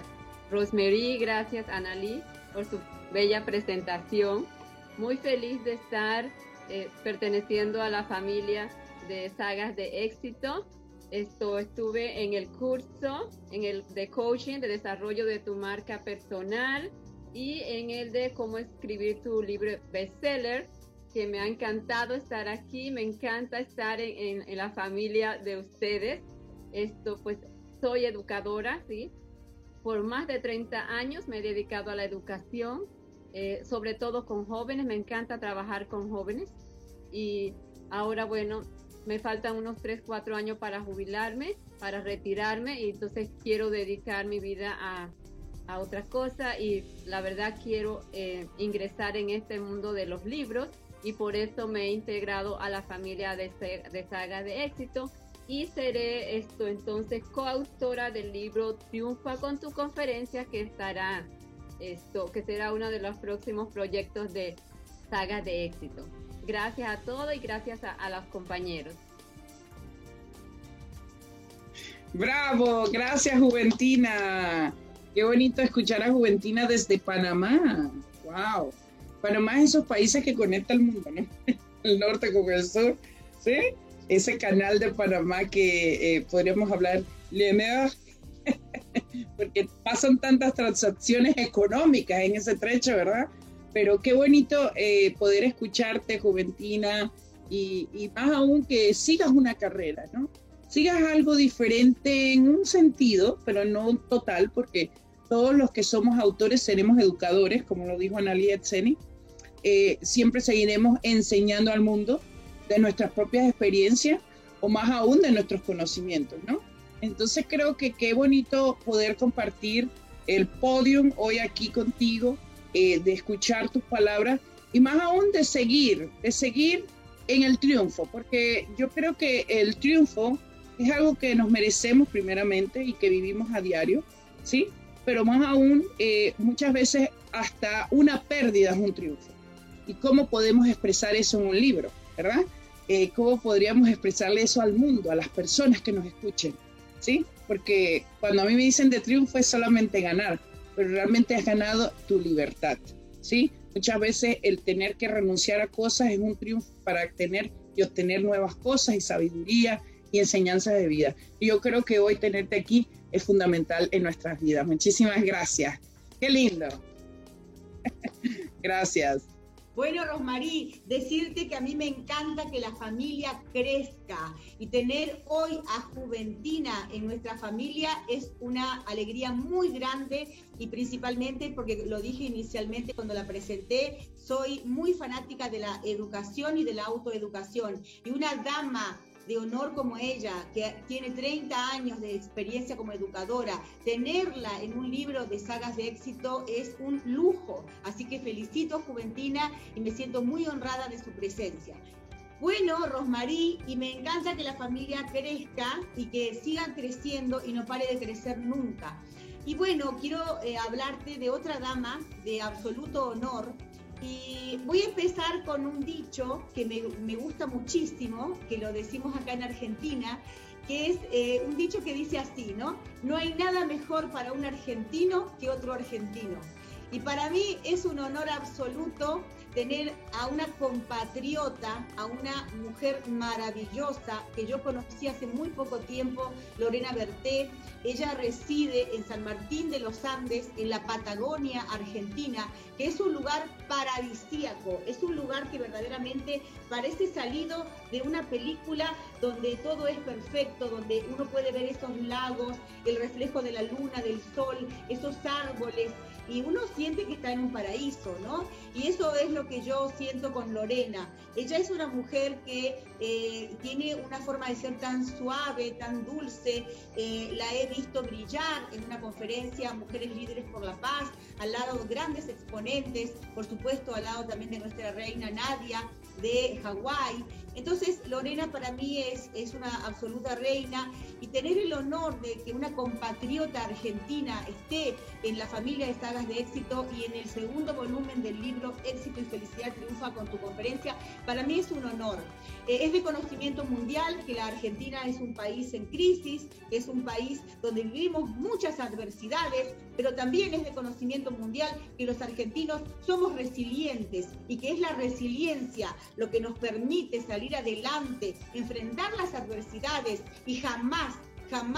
Rosmarie, gracias, Analí, por su bella presentación. Muy feliz de estar perteneciendo a la familia de Sagas de Éxito. Estuve en el curso, de coaching, de desarrollo de tu marca personal, y en el de cómo escribir tu libro bestseller, que me ha encantado estar aquí. Me encanta estar en la familia de ustedes. Pues soy educadora, ¿sí? por más de 30 años me he dedicado a la educación, sobre todo con jóvenes. Me encanta trabajar con jóvenes y ahora, bueno, me faltan unos 3, 4 años para jubilarme, para retirarme, y entonces quiero dedicar mi vida a otra cosa, y la verdad quiero ingresar en este mundo de los libros, y por eso me he integrado a la familia de Sagas de Éxito, y seré entonces coautora del libro Triunfa con tu conferencia, que será uno de los próximos proyectos de Sagas de Éxito. Gracias a todos y gracias a los compañeros. Bravo, gracias Juventina. Qué bonito escuchar a Juventina desde Panamá. Wow. Panamá es esos países que conecta el mundo, ¿no? El norte con el sur, ¿sí? Ese canal de Panamá que podríamos hablar le mer, porque pasan tantas transacciones económicas en ese trecho, ¿verdad? Pero qué bonito poder escucharte, Juventina, y más aún que sigas una carrera, ¿no? Sigas algo diferente en un sentido, pero no total, porque todos los que somos autores seremos educadores, como lo dijo Analía Etzeni. Siempre seguiremos enseñando al mundo de nuestras propias experiencias o más aún de nuestros conocimientos, ¿no? Entonces creo que qué bonito poder compartir el podium hoy aquí contigo, de escuchar tus palabras y más aún de seguir en el triunfo, porque yo creo que el triunfo es algo que nos merecemos primeramente y que vivimos a diario, ¿sí? Pero más aún, muchas veces hasta una pérdida es un triunfo. ¿Y cómo podemos expresar eso en un libro, verdad? ¿Cómo podríamos expresarle eso al mundo, a las personas que nos escuchen, ¿sí? Porque cuando a mí me dicen de triunfo es solamente ganar, pero realmente has ganado tu libertad, ¿sí? Muchas veces el tener que renunciar a cosas es un triunfo para tener y obtener nuevas cosas y sabiduría y enseñanzas de vida. Y yo creo que hoy tenerte aquí es fundamental en nuestras vidas. Muchísimas gracias. ¡Qué lindo! Gracias. Bueno, Rosmarie, decirte que a mí me encanta que la familia crezca, y tener hoy a Juventina en nuestra familia es una alegría muy grande, y principalmente porque lo dije inicialmente cuando la presenté, soy muy fanática de la educación y de la autoeducación, y una dama de honor como ella, que tiene 30 años de experiencia como educadora, tenerla en un libro de Sagas de Éxito es un lujo. Así que felicito a Juventina y me siento muy honrada de su presencia. Bueno, Rosmarie, y me encanta que la familia crezca y que sigan creciendo y no pare de crecer nunca. Y bueno, quiero hablarte de otra dama de absoluto honor. Y voy a empezar con un dicho que me gusta muchísimo, que lo decimos acá en Argentina, que es un dicho que dice así, ¿no? No hay nada mejor para un argentino que otro argentino. Y para mí es un honor absoluto tener a una compatriota, a una mujer maravillosa que yo conocí hace muy poco tiempo, Lorena Berté. Ella reside en San Martín de los Andes, en la Patagonia Argentina, que es un lugar paradisíaco, es un lugar que verdaderamente parece salido de una película donde todo es perfecto, donde uno puede ver esos lagos, el reflejo de la luna, del sol, esos árboles, y uno siente que está en un paraíso, ¿no? Y eso es lo que yo siento con Lorena. Ella es una mujer que tiene una forma de ser tan suave, tan dulce. La he visto brillar en una conferencia Mujeres Líderes por la Paz, al lado de grandes exponentes, por supuesto al lado también de nuestra reina Nadia de Hawái. Entonces Lorena para mí es una absoluta reina, y tener el honor de que una compatriota argentina esté en la familia de Sagas de Éxito y en el segundo volumen del libro Éxito y Felicidad Triunfa con tu conferencia, para mí es un honor. Es de conocimiento mundial que la Argentina es un país en crisis, es un país donde vivimos muchas adversidades, pero también es de conocimiento mundial que los argentinos somos resilientes, y que es la resiliencia lo que nos permite salir adelante, enfrentar las adversidades y jamás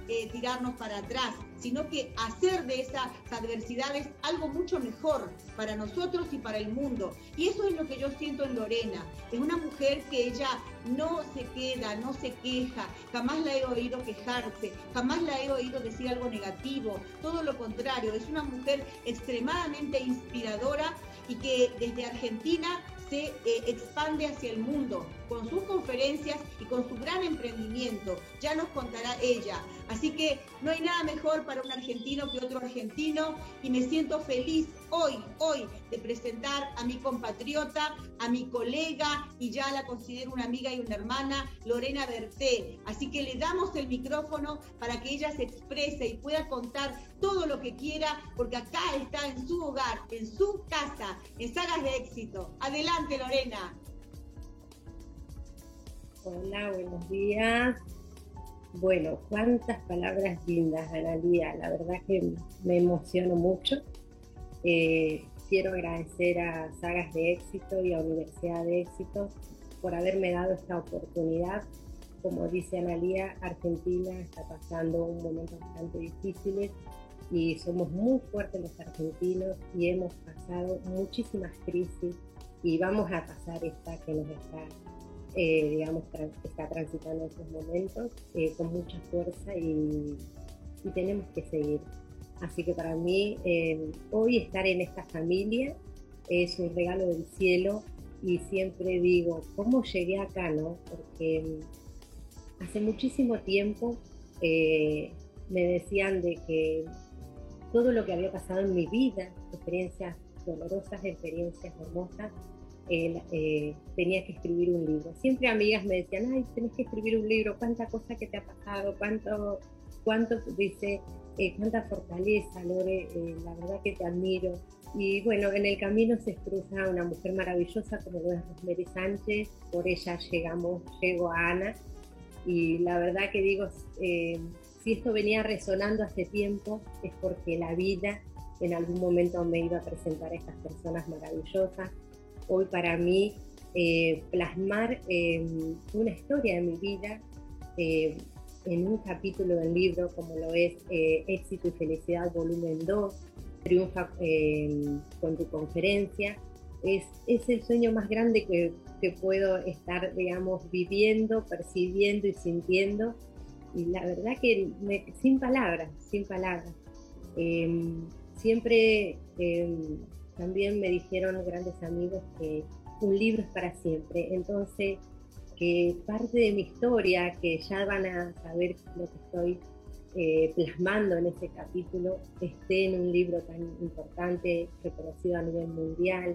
tirarnos para atrás, sino que hacer de esas adversidades algo mucho mejor para nosotros y para el mundo. Y eso es lo que yo siento en Lorena. Es una mujer que ella no se queda, no se queja, jamás la he oído quejarse, jamás la he oído decir algo negativo, todo lo contrario, es una mujer extremadamente inspiradora y que desde Argentina se expande hacia el mundo con sus conferencias y con su gran emprendimiento. Ya nos contará ella. Así que no hay nada mejor para un argentino que otro argentino y me siento feliz hoy de presentar a mi compatriota, a mi colega y ya la considero una amiga y una hermana, Lorena Berté. Así que le damos el micrófono para que ella se exprese y pueda contar todo lo que quiera, porque acá está en su hogar, en su casa, en Sagas de Éxito. Adelante, Lorena. Hola, buenos días. Bueno, cuántas palabras lindas, Analía. La verdad que me emociono mucho. Quiero agradecer a Sagas de Éxito y a Universidad de Éxito por haberme dado esta oportunidad. Como dice Analía, Argentina está pasando un momento bastante difícil y somos muy fuertes los argentinos y hemos pasado muchísimas crisis y vamos a pasar esta que nos está está transitando estos momentos con mucha fuerza y tenemos que seguir. Así que para mí hoy estar en esta familia es un regalo del cielo y siempre digo, ¿cómo llegué acá, no? Porque hace muchísimo tiempo me decían de que todo lo que había pasado en mi vida, experiencias dolorosas, experiencias hermosas, tenía que escribir un libro. Siempre amigas me decían, ay, tenés que escribir un libro, cuánta cosa que te ha pasado, cuánta fortaleza, Lore, la verdad que te admiro. Y bueno, en el camino se cruza una mujer maravillosa como lo es Rosemary Sánchez, por ella llego a Ana, y la verdad que digo, si esto venía resonando hace tiempo, es porque la vida en algún momento me iba a presentar a estas personas maravillosas. Hoy para mí plasmar una historia de mi vida en un capítulo del libro como lo es Éxito y Felicidad volumen 2, Triunfa con tu conferencia, es el sueño más grande que puedo estar, digamos, viviendo, percibiendo y sintiendo, y la verdad que sin palabras. Siempre también me dijeron grandes amigos que un libro es para siempre, entonces que parte de mi historia, que ya van a saber lo que estoy plasmando en ese capítulo, esté en un libro tan importante, reconocido a nivel mundial.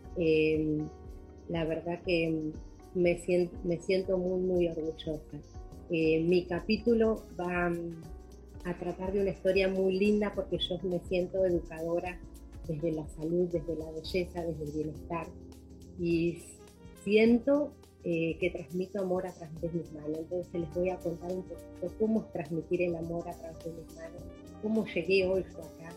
La verdad que me siento muy, muy orgullosa. Mi capítulo va a tratar de una historia muy linda porque yo me siento educadora desde la salud, desde la belleza, desde el bienestar, y siento que transmito amor a través de mis manos. Entonces les voy a contar un poquito cómo es transmitir el amor a través de mis manos, cómo llegué hoy yo acá.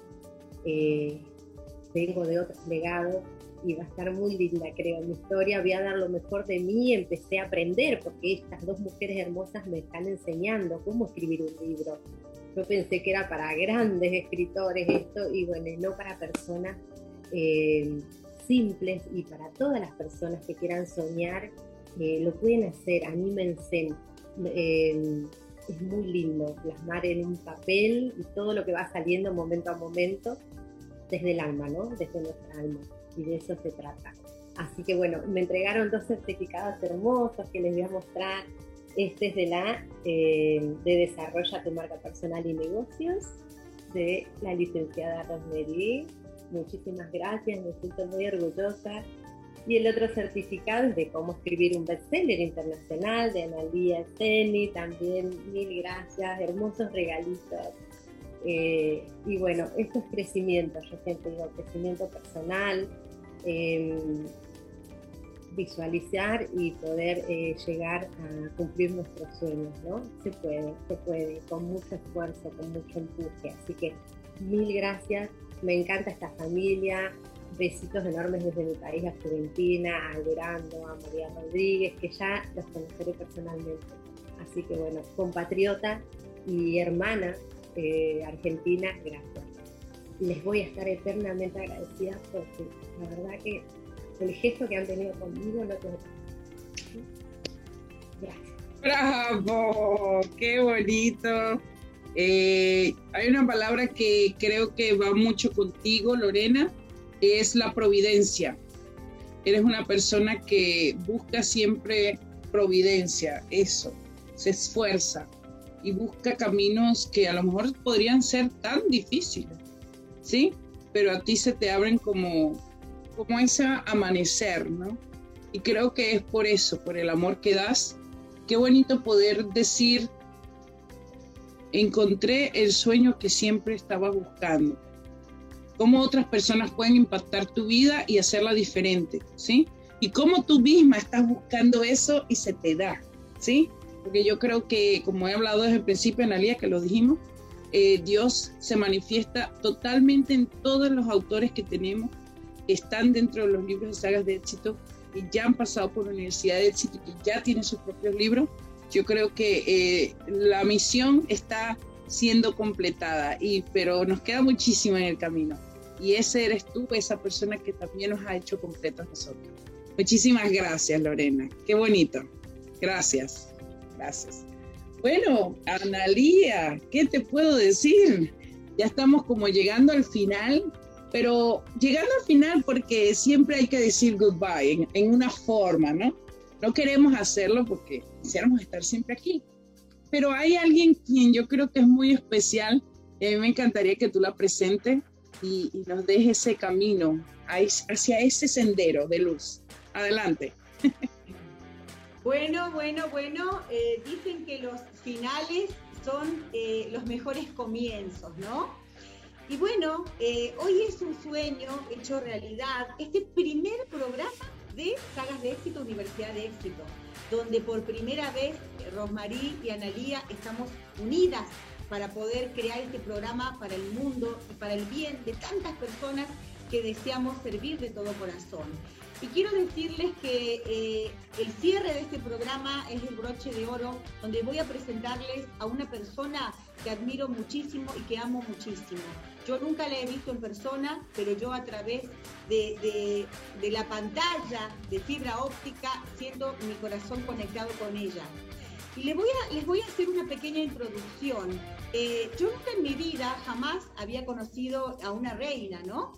Vengo de otros legados y va a estar muy linda, creo, mi historia. Voy a dar lo mejor de mí, empecé a aprender porque estas dos mujeres hermosas me están enseñando cómo escribir un libro. Yo pensé que era para grandes escritores esto, y bueno, no para personas simples, y para todas las personas que quieran soñar, lo pueden hacer, anímense. Es muy lindo plasmar en un papel y todo lo que va saliendo momento a momento desde el alma, ¿no? Desde nuestra alma, y de eso se trata. Así que bueno, me entregaron 2 certificados hermosos que les voy a mostrar. Este es de Desarrolla tu marca personal y negocios, de la licenciada Rosemary. Muchísimas gracias, me siento muy orgullosa. Y el otro certificado es de cómo escribir un bestseller internacional, de Analía Zeni, también 1000 gracias, hermosos regalitos. Y bueno, esto es crecimiento, yo siempre digo crecimiento personal, visualizar y poder llegar a cumplir nuestros sueños, ¿no? Se puede, con mucho esfuerzo, con mucho empuje. Así que 1000 gracias, me encanta esta familia. Besitos enormes desde mi país, Argentina, a Alberando, a María Rodríguez, que ya los conoceré personalmente. Así que bueno, compatriota, y hermana argentina, gracias. Les voy a estar eternamente agradecida porque la verdad que el gesto que han tenido conmigo no tengo. Gracias. ¡Bravo! ¡Qué bonito! Hay una palabra que creo que va mucho contigo, Lorena, es la providencia. Eres una persona que busca siempre providencia, eso, se esfuerza y busca caminos que a lo mejor podrían ser tan difíciles, ¿sí? Pero a ti se te abren como ese amanecer, ¿no? Y creo que es por eso, por el amor que das. Qué bonito poder decir, encontré el sueño que siempre estaba buscando. Cómo otras personas pueden impactar tu vida y hacerla diferente, ¿sí? Y cómo tú misma estás buscando eso y se te da, ¿sí? Porque yo creo que, como he hablado desde el principio, Analía, que lo dijimos, Dios se manifiesta totalmente en todos los autores que tenemos, que están dentro de los libros de sagas de éxito, que ya han pasado por la Universidad de Éxito y que ya tienen sus propios libros. Yo creo que la misión está siendo completada, pero nos queda muchísimo en el camino. Y ese eres tú, esa persona que también nos ha hecho completos nosotros. Muchísimas gracias, Lorena. Qué bonito. Gracias. Gracias. Bueno, Analía, ¿qué te puedo decir? Ya estamos como llegando al final, pero llegando al final porque siempre hay que decir goodbye en una forma, ¿no? No queremos hacerlo porque quisiéramos estar siempre aquí. Pero hay alguien quien yo creo que es muy especial y a mí me encantaría que tú la presentes y nos dejes ese camino hacia ese sendero de luz. Adelante. Bueno, dicen que los finales son los mejores comienzos, ¿no? Y bueno, hoy es un sueño hecho realidad, este primer programa de Sagas de Éxito, Universidad de Éxito, donde por primera vez Rosmarie y Analía estamos unidas para poder crear este programa para el mundo y para el bien de tantas personas que deseamos servir de todo corazón. Y quiero decirles que el cierre de este programa es el broche de oro, donde voy a presentarles a una persona que admiro muchísimo y que amo muchísimo. Yo nunca la he visto en persona, pero yo a través de la pantalla de fibra óptica siento mi corazón conectado con ella. Y les voy a hacer una pequeña introducción. Yo nunca en mi vida jamás había conocido a una reina, ¿no?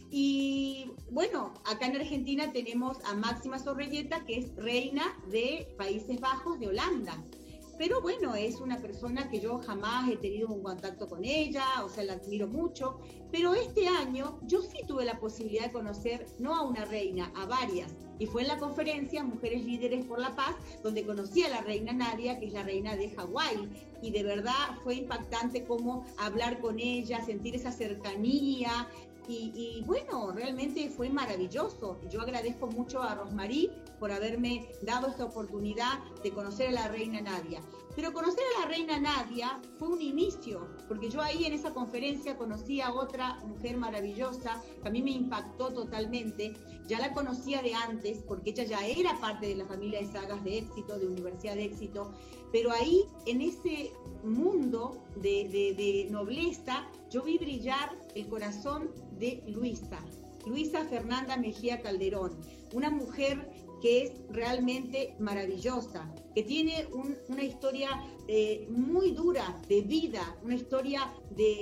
Y bueno, acá en Argentina tenemos a Máxima Zorrelleta, que es reina de Países Bajos, de Holanda. Pero bueno, es una persona que yo jamás he tenido un contacto con ella, o sea, la admiro mucho. Pero este año yo sí tuve la posibilidad de conocer, no a una reina, a varias. Y fue en la conferencia Mujeres Líderes por la Paz, donde conocí a la reina Nadia, que es la reina de Hawái. Y de verdad fue impactante cómo hablar con ella, sentir esa cercanía. Y bueno, realmente fue maravilloso. Yo agradezco mucho a Rosmarie por haberme dado esta oportunidad de conocer a la reina Nadia. Pero conocer a la reina Nadia fue un inicio, porque yo ahí en esa conferencia conocí a otra mujer maravillosa que a mí me impactó totalmente. Ya la conocía de antes, porque ella ya era parte de la familia de Sagas de Éxito, de Universidad de Éxito, pero ahí en ese mundo de nobleza yo vi brillar el corazón de Luisa Fernanda Mejía Calderón, una mujer que es realmente maravillosa, que tiene una historia muy dura de vida, una historia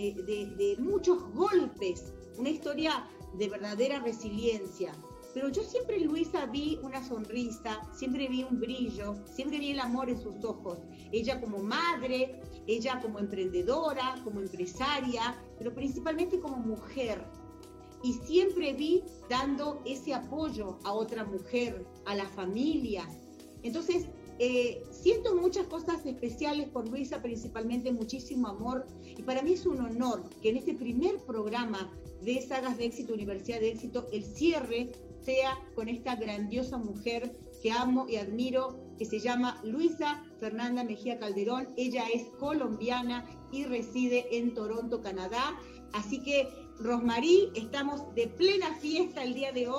de muchos golpes, una historia de verdadera resiliencia. Pero yo siempre en Luisa vi una sonrisa, siempre vi un brillo, siempre vi el amor en sus ojos. Ella como madre, ella como emprendedora, como empresaria, pero principalmente como mujer. Y siempre vi dando ese apoyo a otra mujer, a la familia. Entonces, siento muchas cosas especiales por Luisa, principalmente muchísimo amor. Y para mí es un honor que en este primer programa de Sagas de Éxito, Universidad de Éxito, el cierre sea con esta grandiosa mujer que amo y admiro, que se llama Luisa Fernanda Mejía Calderón. Ella es colombiana y reside en Toronto, Canadá. Así que, Rosmarie, estamos de plena fiesta el día de hoy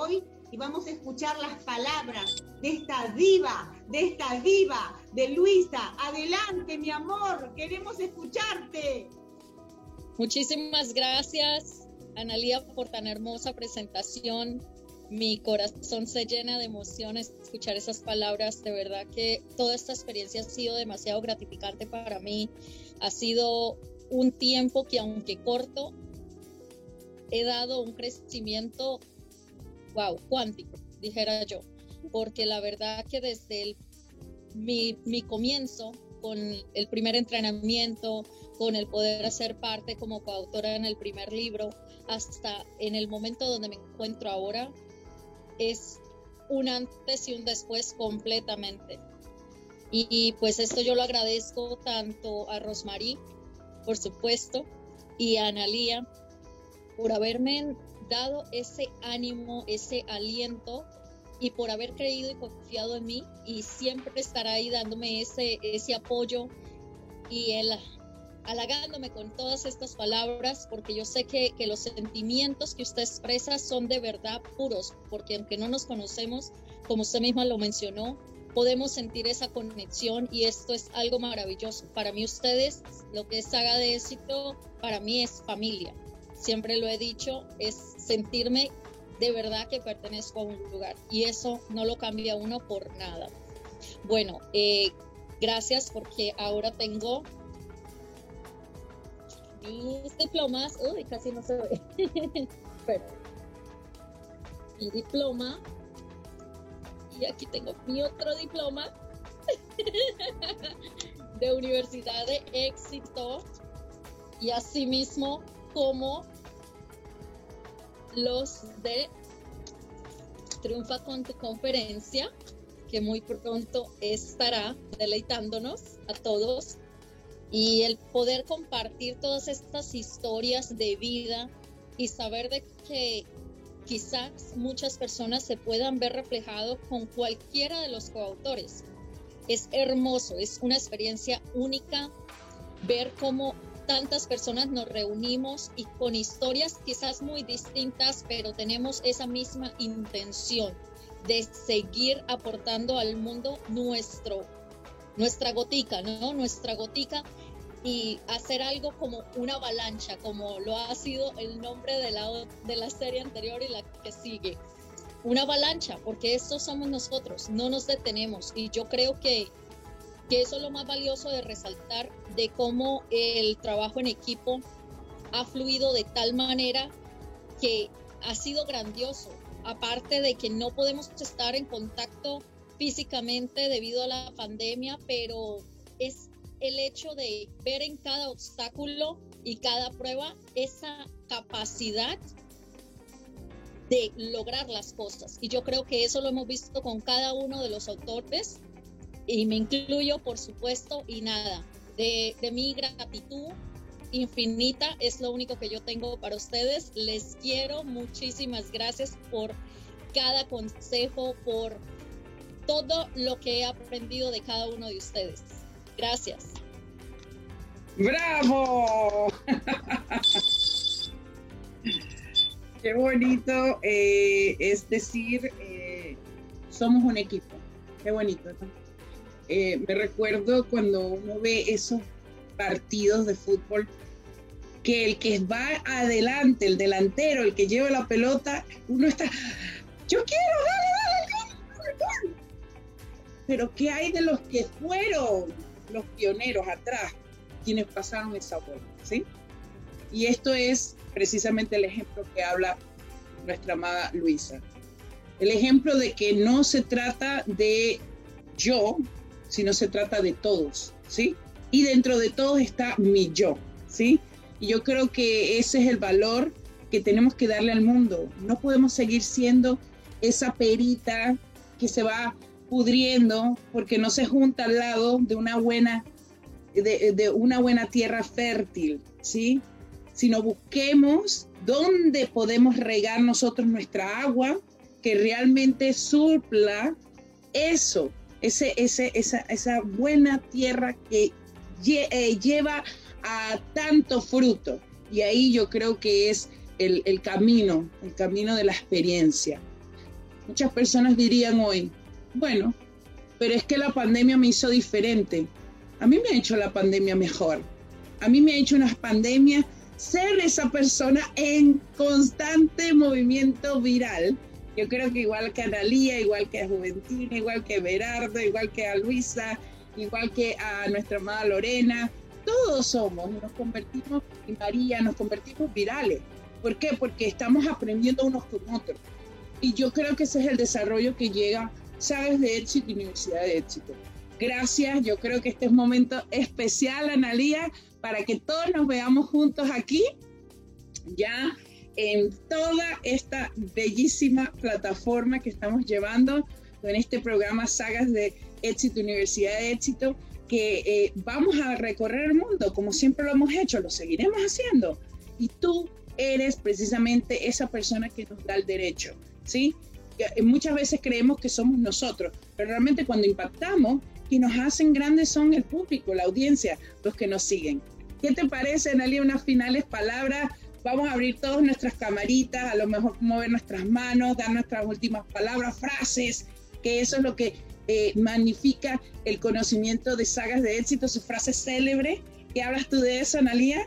y vamos a escuchar las palabras de esta diva, de Luisa. Adelante, mi amor, queremos escucharte. Muchísimas gracias, Analía, por tan hermosa presentación. Mi corazón se llena de emociones escuchar esas palabras. De verdad que toda esta experiencia ha sido demasiado gratificante para mí. Ha sido un tiempo que, aunque corto, he dado un crecimiento, cuántico, dijera yo. Porque la verdad que desde mi comienzo, con el primer entrenamiento, con el poder hacer parte como coautora en el primer libro, hasta en el momento donde me encuentro ahora, es un antes y un después completamente. Y pues esto yo lo agradezco tanto a Rosmarie, por supuesto, y a Analía, por haberme dado ese ánimo, ese aliento, y por haber creído y confiado en mí, y siempre estar ahí dándome ese apoyo y halagándome con todas estas palabras, porque yo sé que los sentimientos que usted expresa son de verdad puros, porque aunque no nos conocemos, como usted misma lo mencionó, podemos sentir esa conexión, y esto es algo maravilloso. Para mí ustedes, lo que es Saga de Éxito, para mí es familia. Siempre lo he dicho, es sentirme de verdad que pertenezco a un lugar, y eso no lo cambia uno por nada. Bueno, gracias, porque ahora tengo mis diplomas. Uy, casi no se ve. Pero, mi diploma, y aquí tengo mi otro diploma de Universidad de Éxito, y asimismo como los de Triunfa con tu Conferencia, que muy pronto estará deleitándonos a todos, y el poder compartir todas estas historias de vida y saber de que quizás muchas personas se puedan ver reflejados con cualquiera de los coautores. Es hermoso, es una experiencia única ver cómo tantas personas nos reunimos y con historias quizás muy distintas, pero tenemos esa misma intención de seguir aportando al mundo nuestra gotica, ¿no? Nuestra gotica, y hacer algo como una avalancha, como lo ha sido el nombre de la serie anterior y la que sigue. Una avalancha, porque estos somos nosotros, no nos detenemos, y yo creo que eso es lo más valioso de resaltar, de cómo el trabajo en equipo ha fluido de tal manera que ha sido grandioso, aparte de que no podemos estar en contacto físicamente debido a la pandemia, pero es el hecho de ver en cada obstáculo y cada prueba esa capacidad de lograr las cosas, y yo creo que eso lo hemos visto con cada uno de los autores, y me incluyo, por supuesto. Y nada, de mi gratitud infinita es lo único que yo tengo para ustedes. Les quiero, muchísimas gracias por cada consejo, por todo lo que he aprendido de cada uno de ustedes. Gracias. ¡Bravo! Qué bonito, es decir, somos un equipo. Qué bonito, ¿no? Me recuerdo cuando uno ve esos partidos de fútbol, que el que va adelante, el delantero, el que lleva la pelota, uno está, yo quiero, dale. Pero ¿qué hay de los que fueron los pioneros atrás, quienes pasaron esa vuelta, ¿sí? Y esto es precisamente el ejemplo que habla nuestra amada Luisa. El ejemplo de que no se trata de yo, sino se trata de todos, ¿sí? Y dentro de todos está mi yo, ¿sí? Y yo creo que ese es el valor que tenemos que darle al mundo. No podemos seguir siendo esa perita que se va pudriendo porque no se junta al lado de una buena tierra fértil, ¿sí? Sino busquemos dónde podemos regar nosotros nuestra agua, que realmente supla eso, esa buena tierra que lleva a tanto fruto. Y ahí yo creo que es el camino de la experiencia. Muchas personas dirían hoy, bueno, pero es que la pandemia me hizo diferente. A mí me ha hecho la pandemia mejor. A mí me ha hecho una pandemia ser esa persona en constante movimiento viral. Yo creo que igual que a Analía, igual que a Juventina, igual que a Berardo, igual que a Luisa, igual que a nuestra amada Lorena, todos somos y nos convertimos, y María, nos convertimos virales. ¿Por qué? Porque estamos aprendiendo unos con otros. Y yo creo que ese es el desarrollo que llega Sagas de Éxito y Universidad de Éxito. Gracias, yo creo que este es un momento especial, Analía, para que todos nos veamos juntos aquí, ya en toda esta bellísima plataforma que estamos llevando con este programa Sagas de Éxito, Universidad de Éxito, que vamos a recorrer el mundo como siempre lo hemos hecho, lo seguiremos haciendo. Y tú eres precisamente esa persona que nos da el derecho, ¿sí? Muchas veces creemos que somos nosotros, pero realmente cuando impactamos, que nos hacen grandes son el público, la audiencia, los que nos siguen. ¿Qué te parece, Analía, unas finales palabras? Vamos a abrir todas nuestras camaritas, a lo mejor mover nuestras manos, dar nuestras últimas palabras, frases, que eso es lo que magnifica el conocimiento de Sagas de Éxito, su frase célebre. ¿Qué hablas tú de eso, Analía?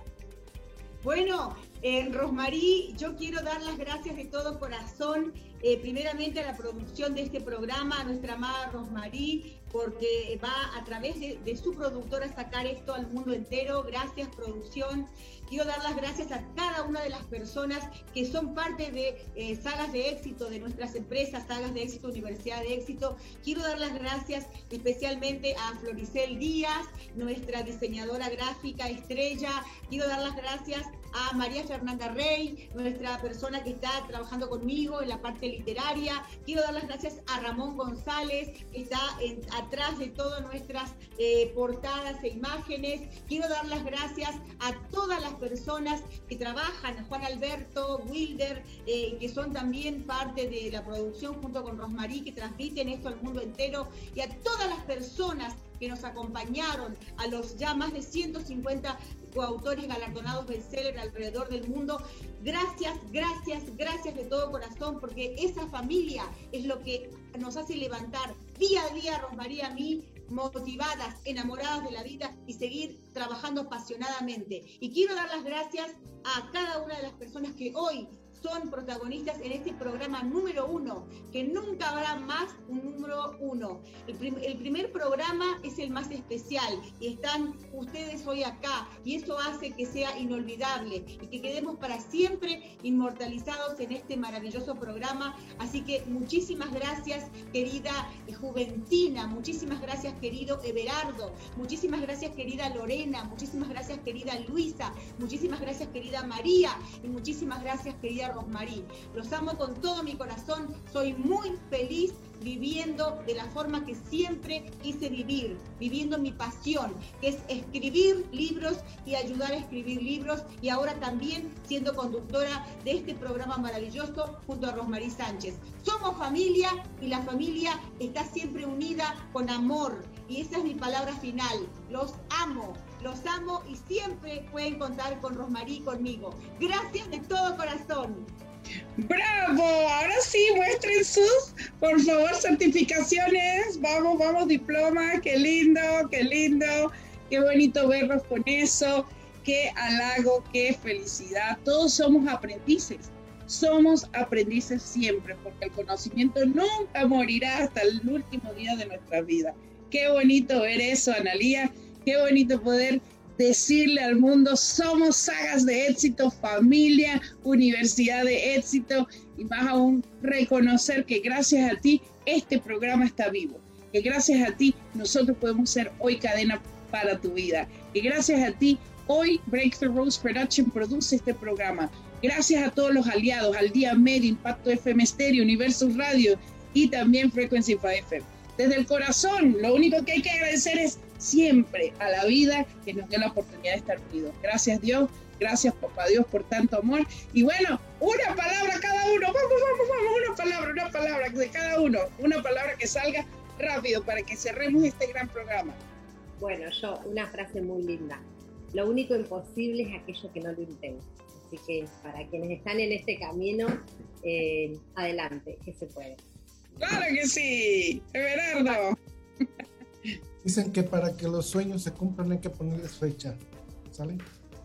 Bueno, Rosmarie, yo quiero dar las gracias de todo corazón, primeramente a la producción de este programa, a nuestra amada Rosmarie, porque va a través de su productora sacar esto al mundo entero. Gracias, producción. Quiero dar las gracias a cada una de las personas que son parte de Sagas de Éxito, de nuestras empresas, Sagas de Éxito, Universidad de Éxito. Quiero dar las gracias especialmente a Floricel Díaz, nuestra diseñadora gráfica estrella. Quiero dar las gracias a María Fernanda Rey, nuestra persona que está trabajando conmigo en la parte literaria. Quiero dar las gracias a Ramón González, que está atrás de todas nuestras portadas e imágenes. Quiero dar las gracias a todas las personas que trabajan, a Juan Alberto, Wilder, que son también parte de la producción junto con Rosmarie, que transmiten esto al mundo entero, y a todas las personas que nos acompañaron, a los ya más de 150 coautores galardonados bestseller alrededor del mundo. Gracias, gracias, gracias de todo corazón, porque esa familia es lo que nos hace levantar día a día, Rosmarie, a mí, motivadas, enamoradas de la vida y seguir trabajando apasionadamente. Y quiero dar las gracias a cada una de las personas que hoy son protagonistas en este programa número 1, que nunca habrá más un número 1. El primer programa es el más especial y están ustedes hoy acá, y eso hace que sea inolvidable y que quedemos para siempre inmortalizados en este maravilloso programa. Así que muchísimas gracias, querida Juventina, muchísimas gracias, querido Everardo, muchísimas gracias, querida Lorena, muchísimas gracias, querida Luisa, muchísimas gracias, querida María, y muchísimas gracias, querida Rosmarie. Los amo con todo mi corazón. Soy muy feliz viviendo de la forma que siempre quise vivir, viviendo mi pasión, que es escribir libros y ayudar a escribir libros, y ahora también siendo conductora de este programa maravilloso junto a Rosmarie Sánchez. Somos familia y la familia está siempre unida con amor, y esa es mi palabra final. Los amo y siempre pueden contar con Rosmarie y conmigo. Gracias de todo corazón. ¡Bravo! Ahora sí, muestren sus, por favor, certificaciones. Vamos, vamos, diploma. Qué lindo, qué bonito verlos con eso. Qué halago, qué felicidad. Todos somos aprendices siempre, porque el conocimiento nunca morirá hasta el último día de nuestra vida. Qué bonito ver eso, Analía. Qué bonito poder decirle al mundo: somos Sagas de Éxito, familia, Universidad de Éxito, y más aún reconocer que gracias a ti este programa está vivo, que gracias a ti nosotros podemos ser hoy cadena para tu vida, que gracias a ti hoy Breakthrough Rose Production produce este programa. Gracias a todos los aliados, al Día Medio, Impacto FM Stereo, Universo Radio y también Frequency 5 FM. Desde el corazón, lo único que hay que agradecer es siempre a la vida que nos dio la oportunidad de estar unidos. Gracias, Dios, gracias, Papá Dios, por tanto amor. Y bueno, una palabra cada uno, vamos, una palabra de cada uno, una palabra que salga rápido para que cerremos este gran programa. Bueno, una frase muy linda: lo único imposible es aquello que no lo intenta. Así que para quienes están en este camino, adelante, que se puede. Claro que sí, Everardo. Dicen que para que los sueños se cumplan hay que ponerles fecha. ¿Sale?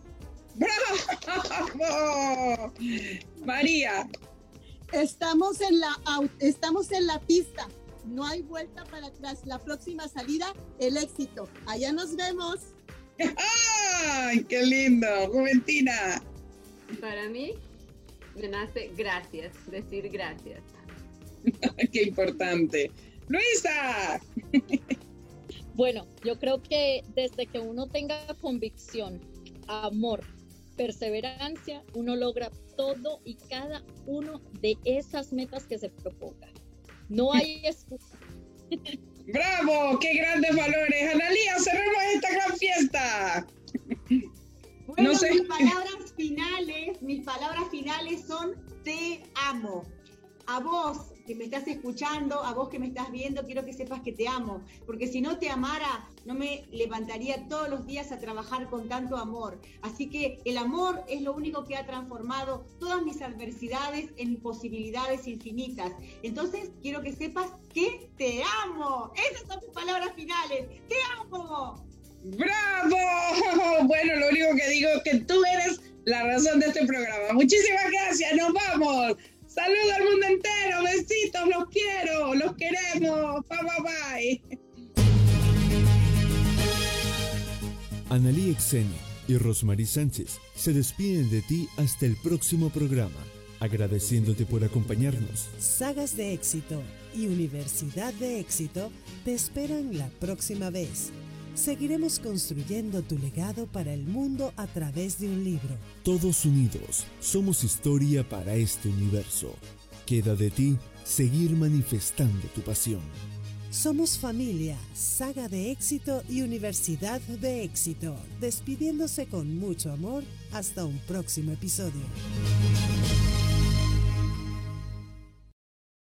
¡Bravo! María. Estamos en la pista. No hay vuelta para atrás. La próxima salida, el éxito. Allá nos vemos. ¡Ay, qué lindo! Juventina. Para mí, me nace gracias, decir gracias. ¡Qué importante! ¡Luisa! Bueno, yo creo que desde que uno tenga convicción, amor, perseverancia, uno logra todo y cada uno de esas metas que se proponga. No hay excusa. ¡Bravo! ¡Qué grandes valores! Analía, cerremos esta gran fiesta. Bueno, No sé. mis palabras finales son te amo. A vos que me estás escuchando, a vos que me estás viendo, quiero que sepas que te amo, porque si no te amara, no me levantaría todos los días a trabajar con tanto amor. Así que el amor es lo único que ha transformado todas mis adversidades en posibilidades infinitas. Entonces, quiero que sepas que te amo. Esas son mis palabras finales. ¡Te amo! ¡Bravo! Bueno, lo único que digo es que tú eres la razón de este programa. Muchísimas gracias, nos vamos. Saludos al mundo entero, besitos, los quiero, los queremos. Bye, bye. Analí Exeni y Rosmarie Sánchez se despiden de ti hasta el próximo programa, agradeciéndote por acompañarnos. Sagas de Éxito y Universidad de Éxito te esperan la próxima vez. Seguiremos construyendo tu legado para el mundo a través de un libro. Todos unidos, somos historia para este universo. Queda de ti seguir manifestando tu pasión. Somos familia, Saga de Éxito y Universidad de Éxito, despidiéndose con mucho amor hasta un próximo episodio.